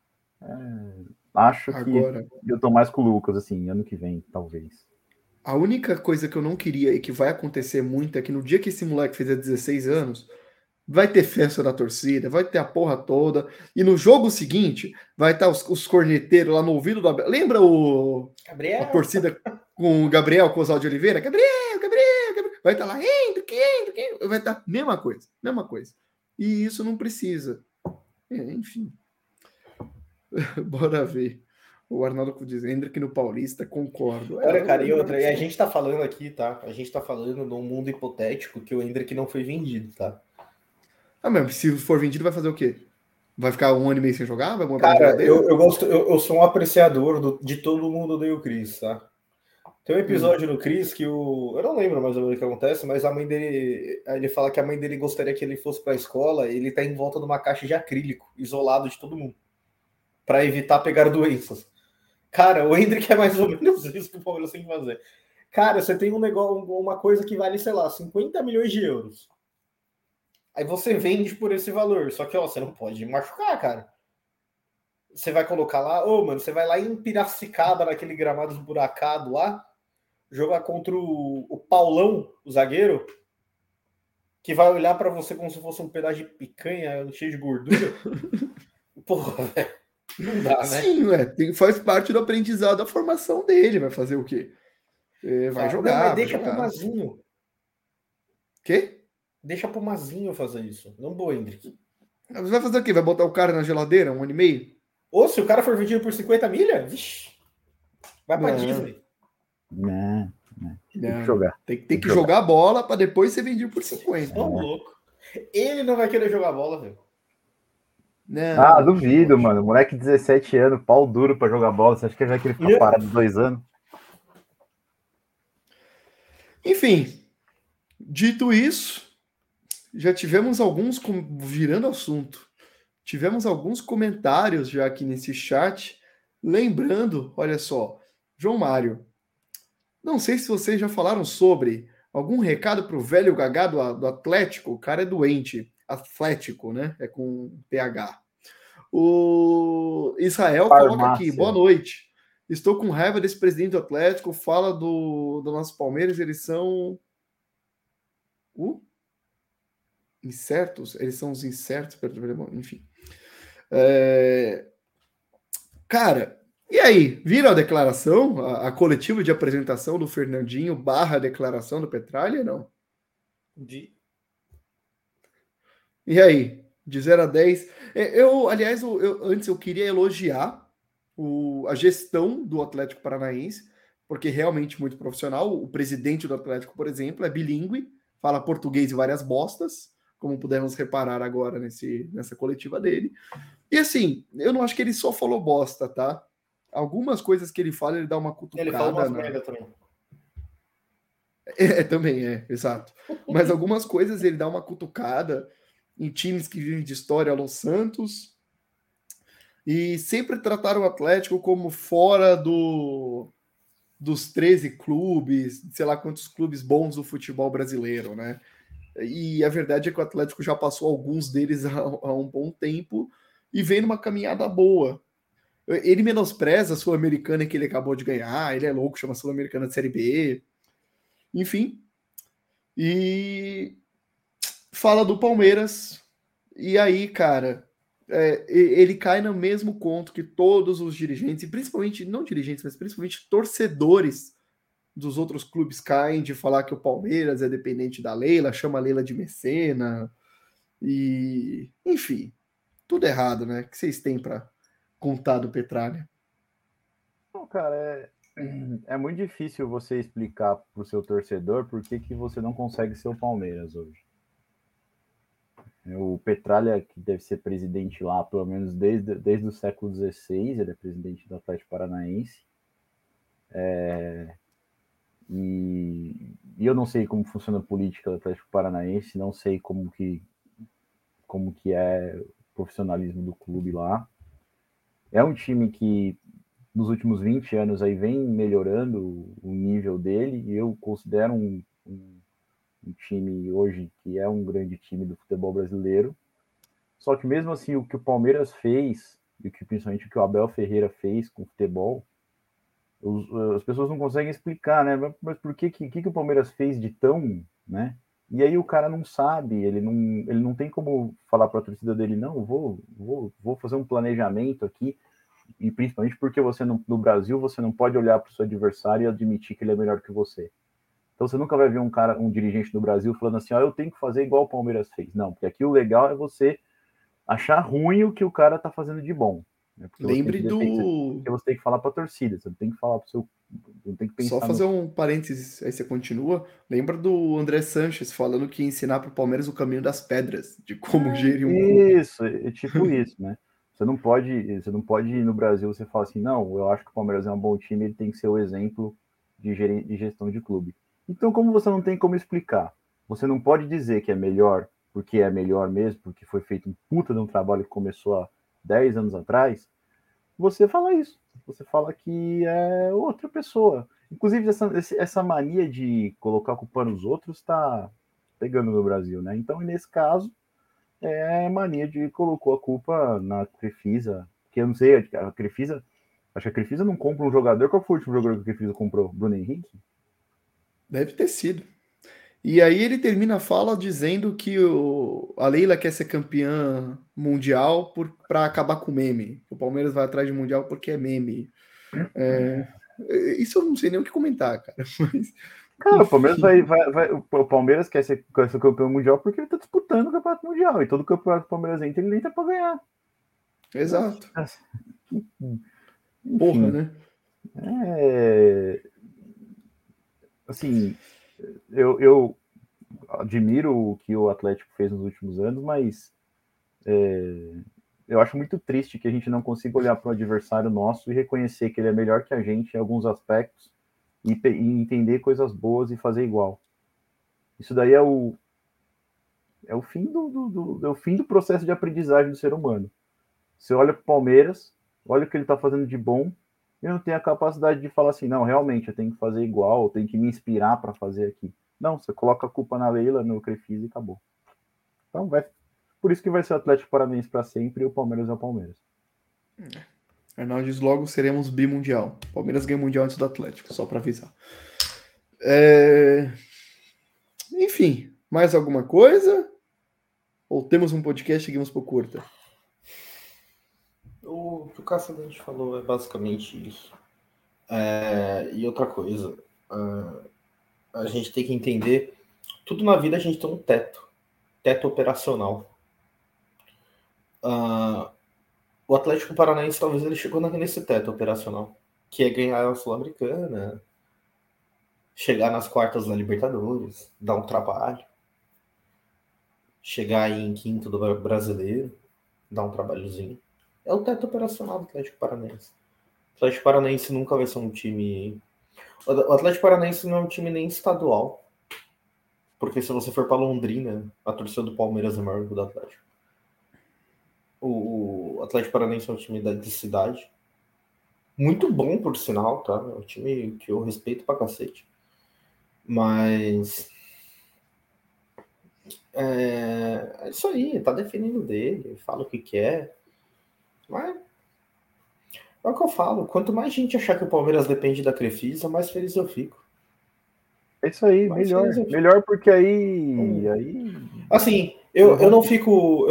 acho que eu tô mais com o Lucas, assim, ano que vem, talvez. A única coisa que eu não queria e que vai acontecer muito é que no dia que esse moleque fizer 16 anos, vai ter festa da torcida, vai ter a porra toda, e no jogo seguinte vai estar os corneteiros lá no ouvido da... Lembra a torcida com o Gabriel Cosal de Oliveira? Gabriel. Vai estar lá, vai estar mesma coisa. E isso não precisa. Enfim. Bora ver. O Arnaldo dizendo que no Paulista, concordo. Olha, cara, e outra, e a gente tá falando aqui, tá? A gente tá falando num mundo hipotético que o Endrick não foi vendido, tá? Mas se for vendido, vai fazer o quê? Vai ficar 1 ano e meio sem jogar? Vai montar cara, eu sou um apreciador de todo mundo do Chris, tá? Tem um episódio no Chris que eu não lembro mais ou menos o que acontece, mas a mãe dele, ele fala que a mãe dele gostaria que ele fosse pra escola, e ele tá em volta de uma caixa de acrílico, isolado de todo mundo, para evitar pegar doenças. Cara, o Endrick é mais ou menos isso que o Palmeiras tem que fazer. Cara, você tem uma coisa que vale, sei lá, 50 milhões de euros. Aí você vende por esse valor. Só que, você não pode machucar, cara. Você vai colocar lá, mano, você vai lá em Piracicaba, naquele gramado esburacado lá, jogar contra o Paulão, o zagueiro, que vai olhar pra você como se fosse um pedaço de picanha cheio de gordura. Porra, velho. Não dá, né? Sim, faz parte do aprendizado da formação dele. Vai fazer o quê? Vai jogar. Mas deixa pro Mazinho. Quê? Deixa pro Mazinho fazer isso. Não pro Endrick. Você vai fazer o quê? Vai botar o cara na geladeira 1 ano e meio? Ou se o cara for vendido por 50 milha, vixi, vai pra Disney. Não. Tem que jogar. Tem que jogar a bola pra depois ser vendido por 50. Tô louco. Ele não vai querer jogar bola, velho. Não, duvido, mano. Moleque de 17 anos, pau duro pra jogar bola. Você acha que ele vai querer ficar parado 2 anos? Enfim, dito isso, já tivemos alguns, virando assunto, tivemos alguns comentários já aqui nesse chat. Lembrando, olha só, João Mário, não sei se vocês já falaram sobre algum recado pro velho Gagá do Atlético, o cara é doente. Atlético, né? É com PH. O Israel Farmácia. Coloca aqui, boa noite. Estou com raiva desse presidente do Atlético, fala do nosso Palmeiras, eles são incertos, eles são os incertos, enfim. Cara, e aí, viram a declaração, a coletiva de apresentação do Fernandinho / declaração do Petralha, não? E aí, de 0 a 10? Aliás, antes eu queria elogiar a gestão do Atlético Paranaense, porque realmente muito profissional. O presidente do Atlético, por exemplo, é bilíngue, fala português e várias bostas, como pudemos reparar agora nessa coletiva dele. E assim, eu não acho que ele só falou bosta, tá? Algumas coisas que ele fala, ele dá uma cutucada. Ele fala umas merda também. Também exato. Mas algumas coisas ele dá uma cutucada em times que vivem de história, Los Santos, e sempre trataram o Atlético como fora dos 13 clubes, sei lá quantos clubes bons do futebol brasileiro, né? E a verdade é que o Atlético já passou alguns deles há um bom tempo e vem numa caminhada boa. Ele menospreza a Sul-Americana que ele acabou de ganhar, ele é louco, chama Sul-Americana de Série B, enfim. E fala do Palmeiras, e aí, cara, ele cai no mesmo conto que todos os dirigentes, e principalmente, não dirigentes, mas principalmente torcedores dos outros clubes caem de falar que o Palmeiras é dependente da Leila, chama a Leila de mecena, e enfim, tudo errado, né? O que vocês têm para contar do Petralha? Não, cara, é muito difícil você explicar para o seu torcedor por que você não consegue ser o Palmeiras hoje. O Petralha, que deve ser presidente lá, pelo menos desde o século XVI, ele é presidente do Atlético Paranaense. E eu não sei como funciona a política do Atlético Paranaense, não sei como que é o profissionalismo do clube lá. É um time que nos últimos 20 anos aí vem melhorando o nível dele, e eu considero um time hoje que é um grande time do futebol brasileiro. Só que mesmo assim, o que o Palmeiras fez, e principalmente o que o Abel Ferreira fez com o futebol, as pessoas não conseguem explicar, né? Mas por que o Palmeiras fez de tão, né? E aí o cara não sabe, ele não tem como falar para a torcida dele, não, vou fazer um planejamento aqui, e principalmente porque no Brasil você não pode olhar para o seu adversário e admitir que ele é melhor que você. Então você nunca vai ver um dirigente do Brasil falando assim, eu tenho que fazer igual o Palmeiras fez. Não, porque aqui o legal é você achar ruim o que o cara tá fazendo de bom. Né? Lembre porque você tem que falar para a torcida, você não tem que falar para o seu... Não tem que pensar Só fazer um parênteses, aí você continua. Lembra do André Sanches falando que ia ensinar para o Palmeiras o caminho das pedras, de como gerir um clube. Isso, é tipo isso, né? Você não pode ir no Brasil, você fala assim, não, eu acho que o Palmeiras é um bom time, ele tem que ser o exemplo de gestão de clube. Então, como você não tem como explicar, você não pode dizer que é melhor, porque é melhor mesmo, porque foi feito um puta de um trabalho que começou há 10 anos atrás, você fala isso. Você fala que é outra pessoa. Inclusive, essa mania de colocar a culpa nos outros está pegando no Brasil, né? Então, nesse caso, é a mania de colocou a culpa na Crefisa, que eu não sei, a Crefisa, acho que a Crefisa não compra um jogador. Qual foi o último jogador que a Crefisa comprou? Bruno Henrique? Deve ter sido. E aí ele termina a fala dizendo que a Leila quer ser campeã mundial para acabar com o meme. O Palmeiras vai atrás de mundial porque é meme. Isso eu não sei nem o que comentar, cara. Mas, cara, o Palmeiras o Palmeiras quer ser campeão mundial porque ele está disputando o campeonato mundial. E todo campeonato que o Palmeiras entra, ele entra para ganhar. Exato. Enfim, porra, né? Assim, eu admiro o que o Atlético fez nos últimos anos, mas eu acho muito triste que a gente não consiga olhar para o adversário nosso e reconhecer que ele é melhor que a gente em alguns aspectos e entender coisas boas e fazer igual. Isso daí é o fim do processo de aprendizagem do ser humano. Você olha para o Palmeiras, olha o que ele está fazendo de bom, e não tem a capacidade de falar assim, não, realmente, eu tenho que fazer igual, eu tenho que me inspirar para fazer aqui. Não, você coloca a culpa na Leila, no Crefisa e acabou. Então, Por isso que vai ser o Atlético Paranaense para sempre e o Palmeiras é o Palmeiras. Arnaldo diz logo seremos bimundial. Palmeiras ganha o mundial antes do Atlético, só para avisar. Enfim, mais alguma coisa? Ou temos um podcast e seguimos por curta? O que o Caçadante falou é basicamente isso. E outra coisa, a gente tem que entender, tudo na vida a gente tem um teto operacional. O Atlético Paranaense talvez ele chegou nesse teto operacional, que é ganhar a Sul-Americana, chegar nas quartas da Libertadores, dar um trabalho, chegar aí em quinto do Brasileiro, dar um trabalhozinho. É o teto operacional do Atlético Paranaense. O Atlético Paranaense nunca vai ser um time... O Atlético Paranaense não é um time nem estadual. Porque se você for para Londrina, a torcida do Palmeiras é maior que o do Atlético. O Atlético Paranaense é um time de cidade. Muito bom, por sinal, tá? É um time que eu respeito pra cacete. Mas... É isso aí, tá defendendo dele, fala o que quer. Mas... é o que eu falo, quanto mais gente achar que o Palmeiras depende da Crefisa, mais feliz eu fico. É isso aí, melhor porque aí... Assim, eu não fico...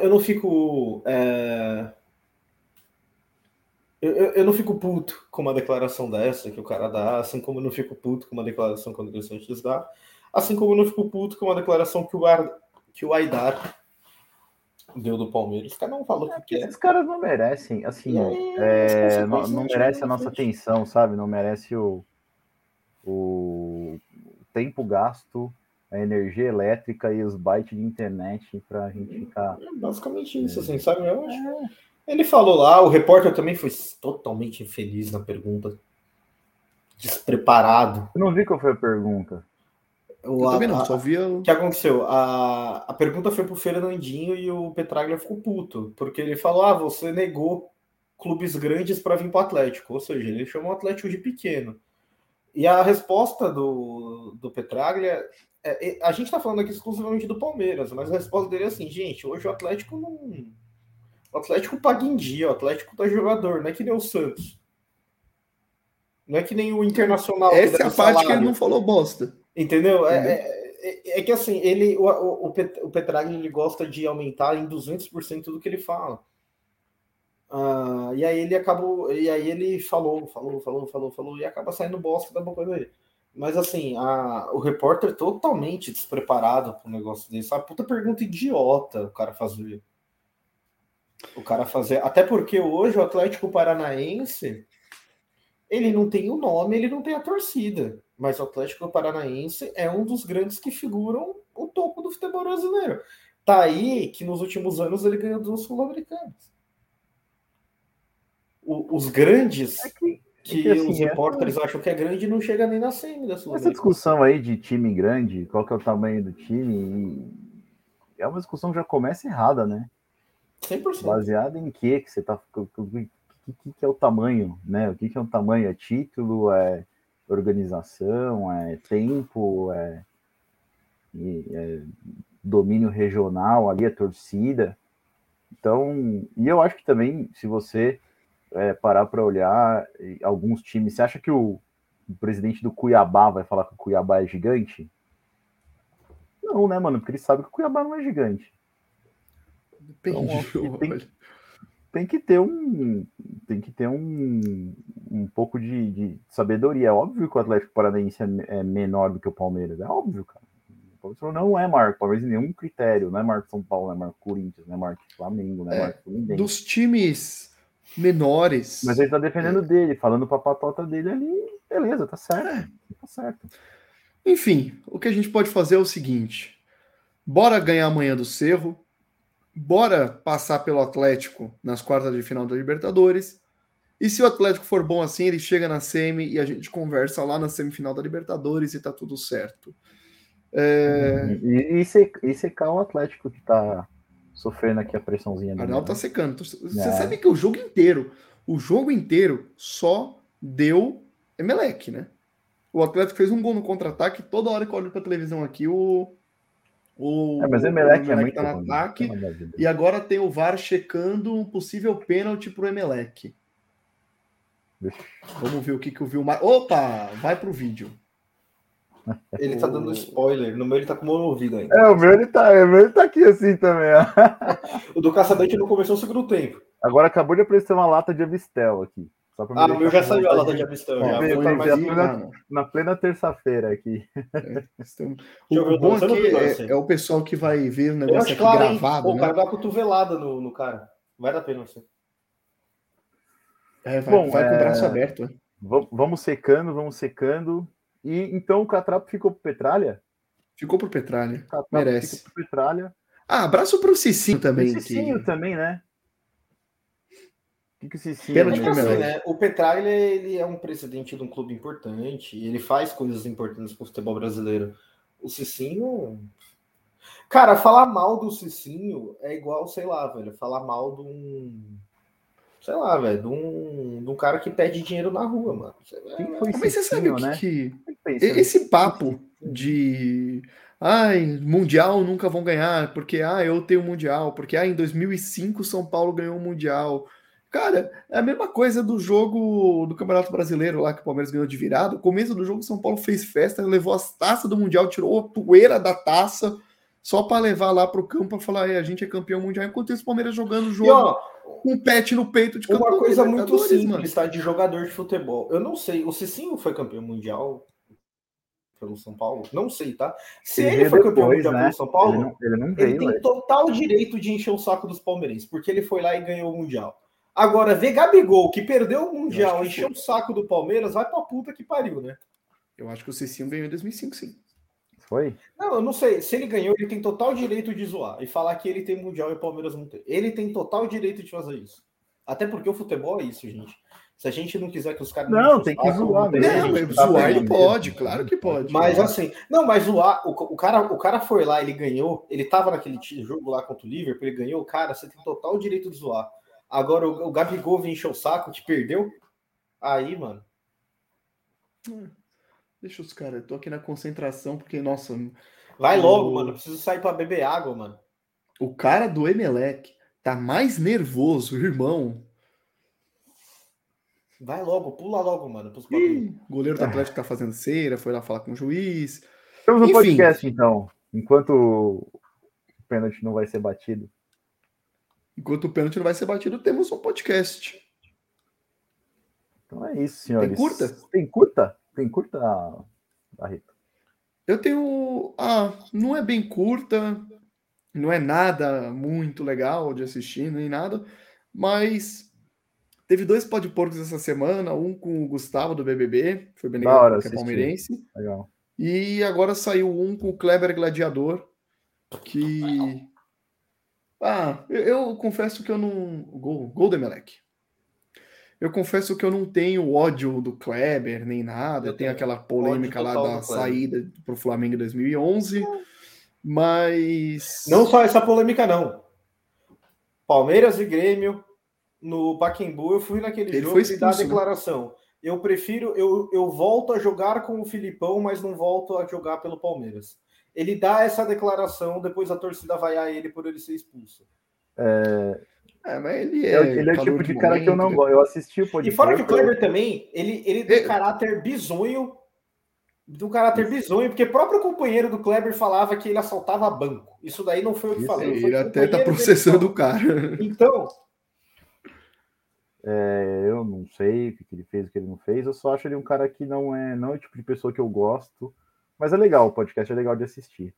Eu não fico puto com uma declaração dessa que o cara dá, assim como eu não fico puto com uma declaração que o André Sanches dá, assim como eu não fico puto com uma declaração que o Aidar deu do Palmeiras. Cada um falou o que quer. Esses caras não merecem, assim, não merece a nossa atenção, sabe? Não merece o tempo gasto, a energia elétrica e os bytes de internet pra gente ficar... É basicamente isso, assim, sabe? Eu acho. Ele falou lá, o repórter também foi totalmente infeliz na pergunta. Despreparado. Eu não vi qual foi a pergunta. Eu também não, só via... O que aconteceu? A pergunta foi pro Fernandinho e o Petraglia ficou puto, porque ele falou, você negou clubes grandes para vir pro Atlético, ou seja, ele chamou o Atlético de pequeno. E a resposta do Petraglia, a gente tá falando aqui exclusivamente do Palmeiras, mas a resposta dele é assim, gente, hoje o Atlético não... O Atlético paga em dia, o Atlético tá jogador, não é que nem o Santos. Não é que nem o Internacional. Essa é a parte que ele não falou bosta. Entendeu? É que assim, o Petraglia ele gosta de aumentar em 200% do que ele fala. E aí ele acabou. E aí ele falou, e acaba saindo bosta da boca dele. Mas assim, o repórter totalmente despreparado pro negócio desse. Sabe? Puta pergunta idiota o cara fazer. Até porque hoje o Atlético Paranaense ele não tem o nome, ele não tem a torcida. Mas o Atlético Paranaense é um dos grandes que figuram o topo do futebol brasileiro. Tá aí que nos últimos anos ele ganhou 2 Sul-Americanos. Os grandes que os repórteres acham que é grande não chega nem na semi da Sul-Americana. Essa discussão aí de time grande, qual que é o tamanho do time, é uma discussão que já começa errada, né? 100%. Baseada em que você tá... O que é o tamanho, né? O que é o tamanho? É título, é organização, é tempo, é domínio regional, ali é torcida. Então, e eu acho que também, se você parar para olhar alguns times, você acha que o presidente do Cuiabá vai falar que o Cuiabá é gigante? Não, né, mano? Porque ele sabe que o Cuiabá não é gigante. Depende. Então, tem que ter um pouco de sabedoria. É óbvio que o Atlético Paranaense é menor do que o Palmeiras. É óbvio, cara. O Palmeiras não é maior que o Palmeiras em nenhum critério. Não é maior que São Paulo, não é maior que Corinthians, não é maior que Flamengo, não é maior que Fluminense. Dos times menores... Mas ele tá defendendo dele, falando pra patota dele ali. Beleza, tá certo. Tá certo. Enfim, o que a gente pode fazer é o seguinte. Bora ganhar amanhã do Cerro. Bora passar pelo Atlético nas quartas de final da Libertadores. E se o Atlético for bom assim, ele chega na semi e a gente conversa lá na semifinal da Libertadores e tá tudo certo. E secar o Atlético que tá sofrendo aqui a pressãozinha dele. Arnaldo tá secando. Você sabe que o jogo inteiro só deu Emelec, né? O Atlético fez um gol no contra-ataque. Toda hora que eu olho pra televisão aqui, o Mas Emelec é muito tá no ataque. E agora tem o VAR checando um possível pênalti pro Emelec. Vamos ver o que o Vilmar... Opa! Vai pro vídeo. Ele tá dando spoiler. No meu ele tá com o meu ouvido ainda. O meu ele tá aqui assim também. Ó. O do Caçadante não começou o segundo tempo. Agora acabou de aparecer uma lata de Avistel aqui. O meu já saiu a lata de Avistel. Na plena terça-feira aqui. O bom aqui é o pessoal que vai ver o negócio aqui gravado. O cara dá uma cotovelada no cara. Vai dar pena você. Vai com o braço aberto. Vamos secando. E então o Catrapo ficou pro Petralha? Ficou pro Petralha. Merece. Ficou pro Petralha. Abraço pro Cicinho também. O Cicinho também, né? O Cicinho né? O Petralha, ele é um presidente de um clube importante. Ele faz coisas importantes pro futebol brasileiro. O Cicinho... Cara, falar mal do Cicinho é igual, sei lá, velho, falar mal de um... Sei lá, velho, de um cara que pede dinheiro na rua, mano. Mas você sabe o que... Esse papo de... Mundial nunca vão ganhar, porque eu tenho Mundial, porque em 2005 São Paulo ganhou o Mundial. Cara, é a mesma coisa do jogo do Campeonato Brasileiro lá, que o Palmeiras ganhou de virada. No começo do jogo, São Paulo fez festa, levou as taças do Mundial, tirou a poeira da taça, só para levar lá pro campo para falar, a gente é campeão mundial. Enquanto isso, o Palmeiras jogando o jogo com um pet no peito de campeão. Uma coisa muito simples, tá? De jogador de futebol. Eu não sei, o Cicinho foi campeão mundial pelo São Paulo? Não sei, tá? Se ele foi campeão mundial pelo São Paulo, ele tem total direito de encher o saco dos palmeirenses, porque ele foi lá e ganhou o Mundial. Agora, ver Gabigol, que perdeu o Mundial, encheu o saco do Palmeiras, vai pra puta que pariu, né? Eu acho que o Cicinho ganhou em 2005, sim. Foi? Não, eu não sei. Se ele ganhou, ele tem total direito de zoar e falar que ele tem Mundial e o Palmeiras não tem. Ele tem total direito de fazer isso. Até porque o futebol é isso, gente. Se a gente não quiser que os caras... Não, tem que zoar mesmo. Zoar ele pode, claro que pode. Mas assim... Não, mas zoar... O cara foi lá, ele ganhou, ele tava naquele jogo lá contra o Liverpool, ele ganhou, cara, você tem total direito de zoar. Agora o Gabigol vem encher o saco, te perdeu? Aí, mano... Deixa os caras, eu tô aqui na concentração, porque, nossa... Vai logo, mano, eu preciso sair pra beber água, mano. O cara do Emelec tá mais nervoso, irmão. Vai logo, pula logo, mano. O goleiro do Atlético tá fazendo cera, foi lá falar com o juiz. Temos um podcast, então, enquanto o pênalti não vai ser batido. Enquanto o pênalti não vai ser batido, temos um podcast. Então é isso, senhores. Tem curta? Tem curta? Tem curta, Barreto? Eu tenho... não é bem curta, não é nada muito legal de assistir, nem nada, mas teve 2 podporcos essa semana, um com o Gustavo do BBB, foi bem legal, que é palmeirense. Legal. E agora saiu um com o Kleber Gladiador, que... eu confesso que eu não... Gol do Emelec. Eu confesso que eu não tenho ódio do Kleber, nem nada. Tem aquela polêmica lá da saída pro Flamengo em 2011. Mas... Não só essa polêmica, não. Palmeiras e Grêmio, no Pacaembu, eu fui naquele jogo e dar a declaração. Eu prefiro... Eu volto a jogar com o Filipão, mas não volto a jogar pelo Palmeiras. Ele dá essa declaração, depois a torcida vaiar ele por ele ser expulso. Mas ele é o tipo de cara que eu não gosto. Eu assisti o podcast. E fora que o Kleber também, ele tem caráter bizonho. Porque o próprio companheiro do Kleber falava que ele assaltava banco. Isso daí não foi o que falou. Ele até tá processando o cara. Então... eu não sei o que ele fez, o que ele não fez. Eu só acho ele um cara que não é o tipo de pessoa que eu gosto. Mas é legal, o podcast é legal de assistir.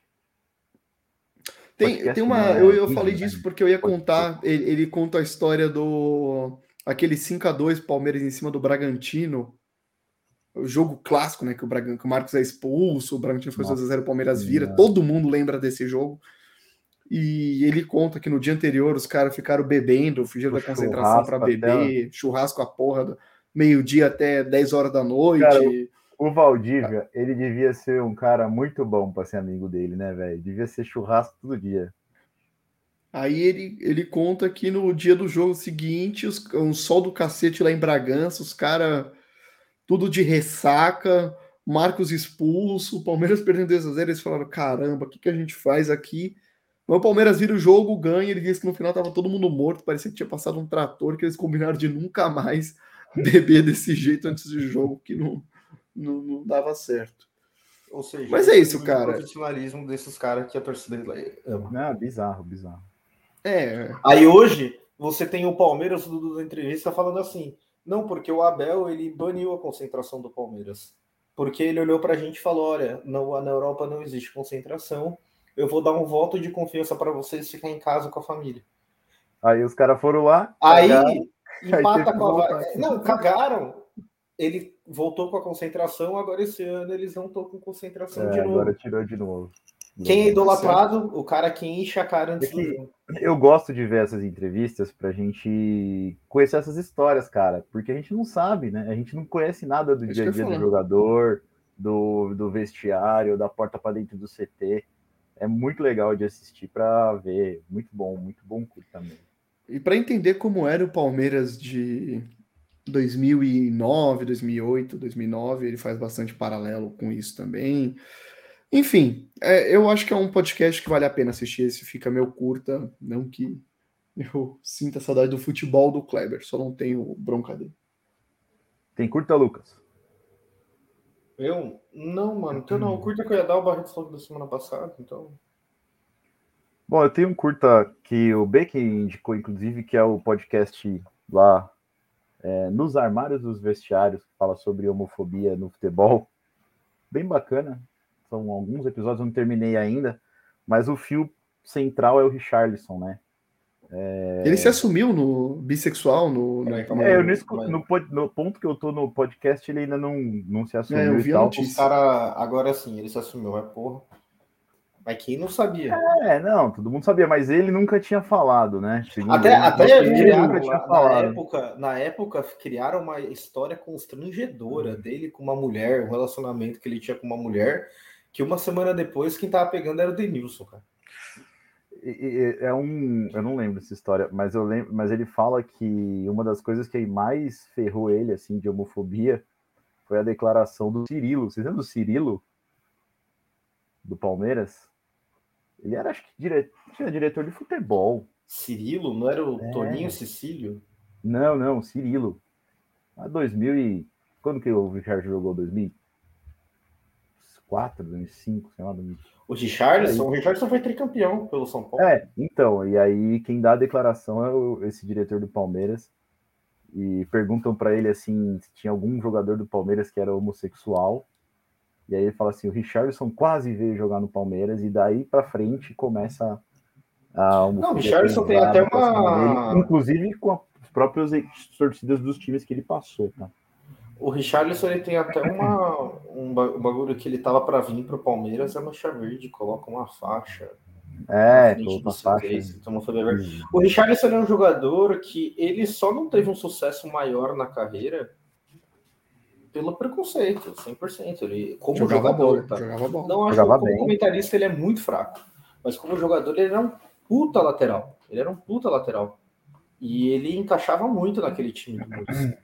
Tem uma... Eu falei disso porque eu ia contar... Ele conta a história aquele 5-2 Palmeiras em cima do Bragantino. O jogo clássico, né? Que o Marcos é expulso, o Bragantino foi 2-0, o Palmeiras vira. Todo mundo lembra desse jogo. E ele conta que no dia anterior os caras ficaram bebendo, fugiram da concentração para beber, churrasco a porra, meio-dia até 10 horas da noite. Cara, o Valdívia, ele devia ser um cara muito bom para ser amigo dele, né, velho? Devia ser churrasco todo dia. Aí ele conta que no dia do jogo seguinte, um sol do cacete lá em Bragança, os caras tudo de ressaca, Marcos expulso, o Palmeiras perdendo 2-0, eles falaram, caramba, o que a gente faz aqui? Mas o Palmeiras vira o jogo, ganha, ele disse que no final tava todo mundo morto, parecia que tinha passado um trator, que eles combinaram de nunca mais beber desse jeito antes do jogo, que não dava certo. Ou seja, mas é isso, cara. O profissionalismo desses caras que a torcida ama. Não, bizarro. Aí hoje, você tem o Palmeiras da entrevista falando assim, não, porque o Abel, ele baniu a concentração do Palmeiras. Porque ele olhou pra gente e falou, olha, na Europa não existe concentração, eu vou dar um voto de confiança para vocês ficar em casa com a família. Aí os caras foram lá. Aí cagaram, empata com a... Não, cagaram. Ele voltou com a concentração, agora esse ano eles não estão com concentração de novo. Agora tirou de novo. Quem é idolatrado? O cara que enche a cara antes do jogo. Eu gosto de ver essas entrevistas pra gente conhecer essas histórias, cara, porque a gente não sabe, né? A gente não conhece nada do dia a dia do jogador, do vestiário, da porta para dentro do CT. É muito legal de assistir para ver. Muito bom curto também. E para entender como era o Palmeiras de 2009, 2008, 2009, ele faz bastante paralelo com isso também. Enfim, eu acho que é um podcast que vale a pena assistir. Esse fica meio curta, não que eu sinta saudade do futebol do Kleber, só não tenho bronca dele. Tem curta, Lucas? Eu? Não, mano. Então não, o curta que eu ia dar o Barreto falou da semana passada, então... Bom, eu tenho um curta que o Beck indicou, inclusive, que é o podcast lá Nos Armários dos Vestiários, que fala sobre homofobia no futebol. Bem bacana. São alguns episódios, eu não terminei ainda, mas o fio central é o Richarlison, né? Ele se assumiu no bissexual? No ponto que eu tô no podcast, ele ainda não se assumiu. Eu vi a notícia. Os cara, agora sim, ele se assumiu, porra. Mas quem não sabia? Não, todo mundo sabia, mas ele nunca tinha falado, né? Até criaram, na época, criaram uma história constrangedora dele com uma mulher, um relacionamento que ele tinha com uma mulher, que uma semana depois quem tava pegando era o Denilson, cara. Eu não lembro dessa história, mas eu lembro, mas ele fala que uma das coisas que mais ferrou ele, assim, de homofobia, foi a declaração do Cirilo. Vocês lembram do Cirilo? Do Palmeiras? Ele era, acho que, diretor de futebol. Cirilo? Não era o Toninho Cecílio? Não, Cirilo. Quando que o Richard jogou? 2004, 2005, sei lá. 2005. O Richarlison foi tricampeão pelo São Paulo. Então, e aí quem dá a declaração é esse diretor do Palmeiras. E perguntam para ele, assim, se tinha algum jogador do Palmeiras que era homossexual. E aí ele fala assim, o Richarlison quase veio jogar no Palmeiras, e daí pra frente começa a... Não, o Richarlison tem até uma... Dele, inclusive com as próprias torcidas dos times que ele passou, tá? O Richarlison, ele tem até um bagulho que ele tava pra vir pro Palmeiras, é mancha verde, coloca uma faixa. Uma faixa. O Richarlison é um jogador que ele só não teve um sucesso maior na carreira pelo preconceito, 100%. Ele, como jogava jogador, jogava bola. Não acho que como comentarista ele é muito fraco, mas como jogador ele era um puta lateral. E ele encaixava muito naquele time do Muricy.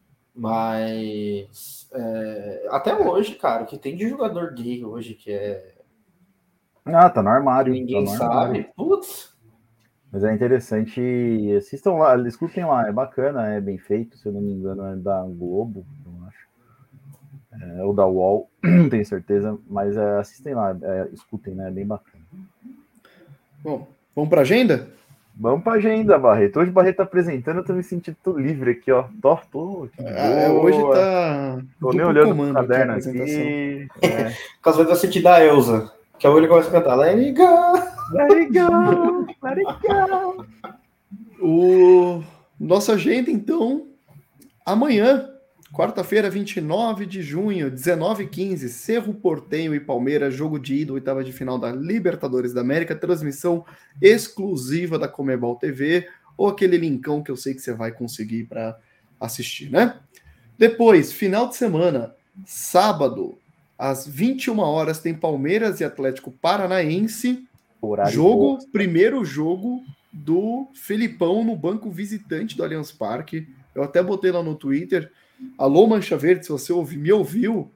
Mas até hoje, cara, o que tem de jogador gay hoje que é... tá no armário. Ninguém sabe. Putz. Mas é interessante, assistam lá, escutem lá, é bacana, é bem feito, se eu não me engano é da Globo, eu acho. Ou da UOL, não tenho certeza, mas assistem lá, escutem, né? É bem bacana. Bom, vamos para a agenda? Vamos para a agenda, Barreto. Hoje o Barreto tá apresentando, eu tô me sentindo livre aqui, ó. Hoje tá... Tô nem olhando o caderno aqui. Caso vai sentir da Elza, que é o ele começa a cantar Let it go, let it go, let it go. Nossa agenda, então, amanhã, quarta-feira, 29 de junho, 19h15, Cerro Porteño e Palmeiras, jogo de ida, oitava de final da Libertadores da América, transmissão exclusiva da Comebol TV, ou aquele linkão que eu sei que você vai conseguir para assistir, né? Depois, final de semana, sábado, às 21 horas, tem Palmeiras e Atlético Paranaense, primeiro jogo do Felipão no banco visitante do Allianz Parque. Eu até botei lá no Twitter, alô Mancha Verde, se você me ouviu,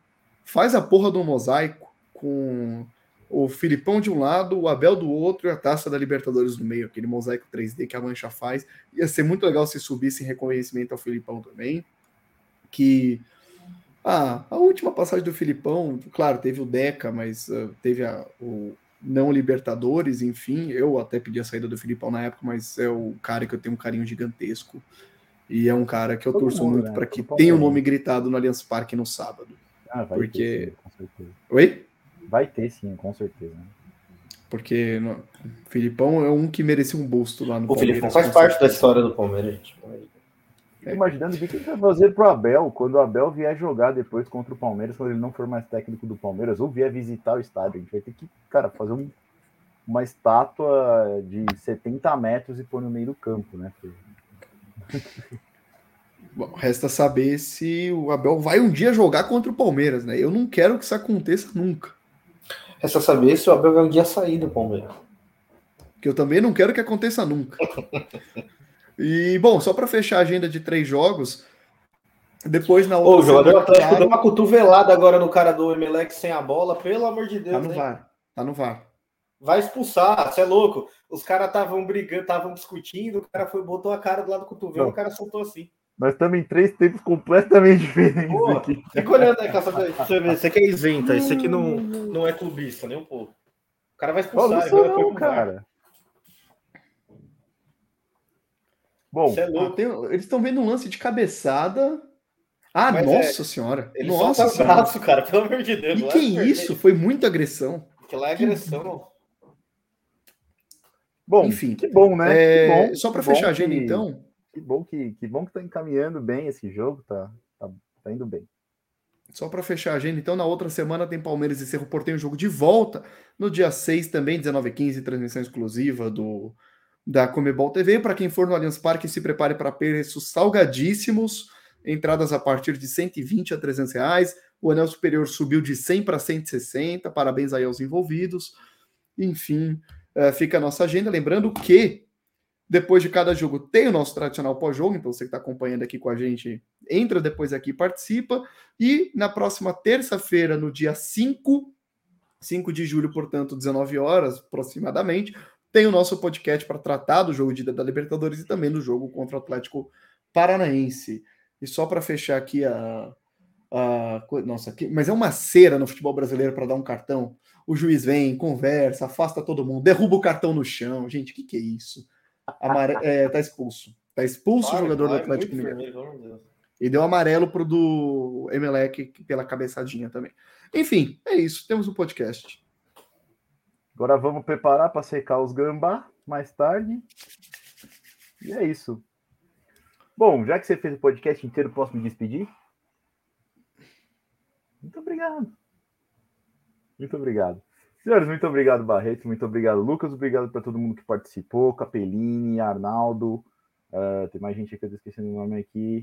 faz a porra do mosaico com o Filipão de um lado, o Abel do outro e a Taça da Libertadores no meio, aquele mosaico 3D que a Mancha faz. Ia ser muito legal se subisse em reconhecimento ao Filipão também. Que a última passagem do Filipão, claro, teve o Deca, mas teve o não Libertadores, enfim. Eu até pedi a saída do Filipão na época, mas é o cara que eu tenho um carinho gigantesco. E é um cara que eu torço muito para que tenha o nome gritado no Allianz Parque no sábado. Vai ter, sim, com certeza. Oi? Vai ter, sim, com certeza. Porque o Filipão é um que merecia um busto lá no Palmeiras. O Filipão faz parte da história do Palmeiras, gente. Imaginando o que ele vai fazer pro Abel quando o Abel vier jogar depois contra o Palmeiras, quando ele não for mais técnico do Palmeiras, ou vier visitar o estádio. A gente vai ter que, cara, fazer uma estátua de 70 metros e pôr no meio do campo, né? Bom, resta saber se o Abel vai um dia jogar contra o Palmeiras, né? Eu não quero que isso aconteça nunca. Resta saber se o Abel vai um dia sair do Palmeiras. Que eu também não quero que aconteça nunca. E, bom, só para fechar a agenda de 3 jogos, depois na outra... O jogador do Atlético deu uma cotovelada agora no cara do Emelec sem a bola, pelo amor de Deus. Tá no VAR. Vai expulsar, você é louco. Os caras estavam brigando, estavam discutindo, o cara botou a cara do lado do cotovelo, o cara soltou assim. Nós estamos em 3 tempos completamente diferentes. Pô, aqui. Fica olhando aí, você aqui é isenta, isso aqui não é clubista, nem um pouco. O cara vai expulsar. Cara. Bom, eles estão vendo um lance de cabeçada. Nossa senhora. Ele solta o braço, cara, pelo amor de Deus. E que isso? Foi muita agressão. Aquilo é agressão. Bom, enfim. Que bom, né? Que bom, só para fechar a agenda, então. Que bom que tá encaminhando bem esse jogo, tá indo bem. Só para fechar a agenda, então, na outra semana tem Palmeiras e Cerro Porteño, jogo de volta. No dia 6 também, 19h15, transmissão exclusiva da Comebol TV. Para quem for no Allianz Parque, se prepare para preços salgadíssimos. Entradas a partir de R$120 a R$300. O anel superior subiu de 100 para 160. Parabéns aí aos envolvidos. Enfim, fica a nossa agenda. Lembrando que depois de cada jogo tem o nosso tradicional pós-jogo, então você que está acompanhando aqui com a gente, entra depois aqui e participa. E na próxima terça-feira, no dia 5 de julho, portanto, 19 horas aproximadamente, tem o nosso podcast para tratar do jogo de ida da Libertadores e também do jogo contra o Atlético Paranaense. E só para fechar aqui nossa, mas é uma cera no futebol brasileiro para dar um cartão. O juiz vem, conversa, afasta todo mundo, derruba o cartão no chão. Gente, o que é isso? Tá expulso. Tá expulso o jogador do Atlético Mineiro. E deu amarelo pro do Emelec pela cabeçadinha também. Enfim, é isso. Temos um podcast. Agora vamos preparar para secar os gambá mais tarde. E é isso. Bom, já que você fez o podcast inteiro, posso me despedir? Muito obrigado. Muito obrigado. Senhores, muito obrigado, Barreto. Muito obrigado, Lucas. Obrigado para todo mundo que participou. Capellini, Arnaldo. Tem mais gente aqui que eu tô esquecendo o nome aqui.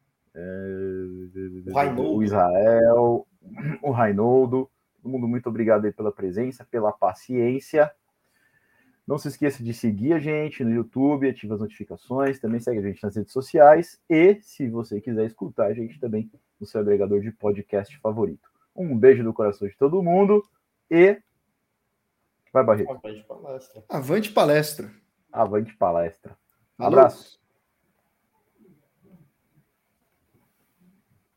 O Israel. O Rainoldo. Todo mundo, muito obrigado aí pela presença, pela paciência. Não se esqueça de seguir a gente no YouTube, ativa as notificações, também segue a gente nas redes sociais e, se você quiser escutar a gente também no seu agregador de podcast favorito. Um beijo do coração de todo mundo e... Vai, Barreto. Avante palestra. Avante palestra. Falou. Abraço.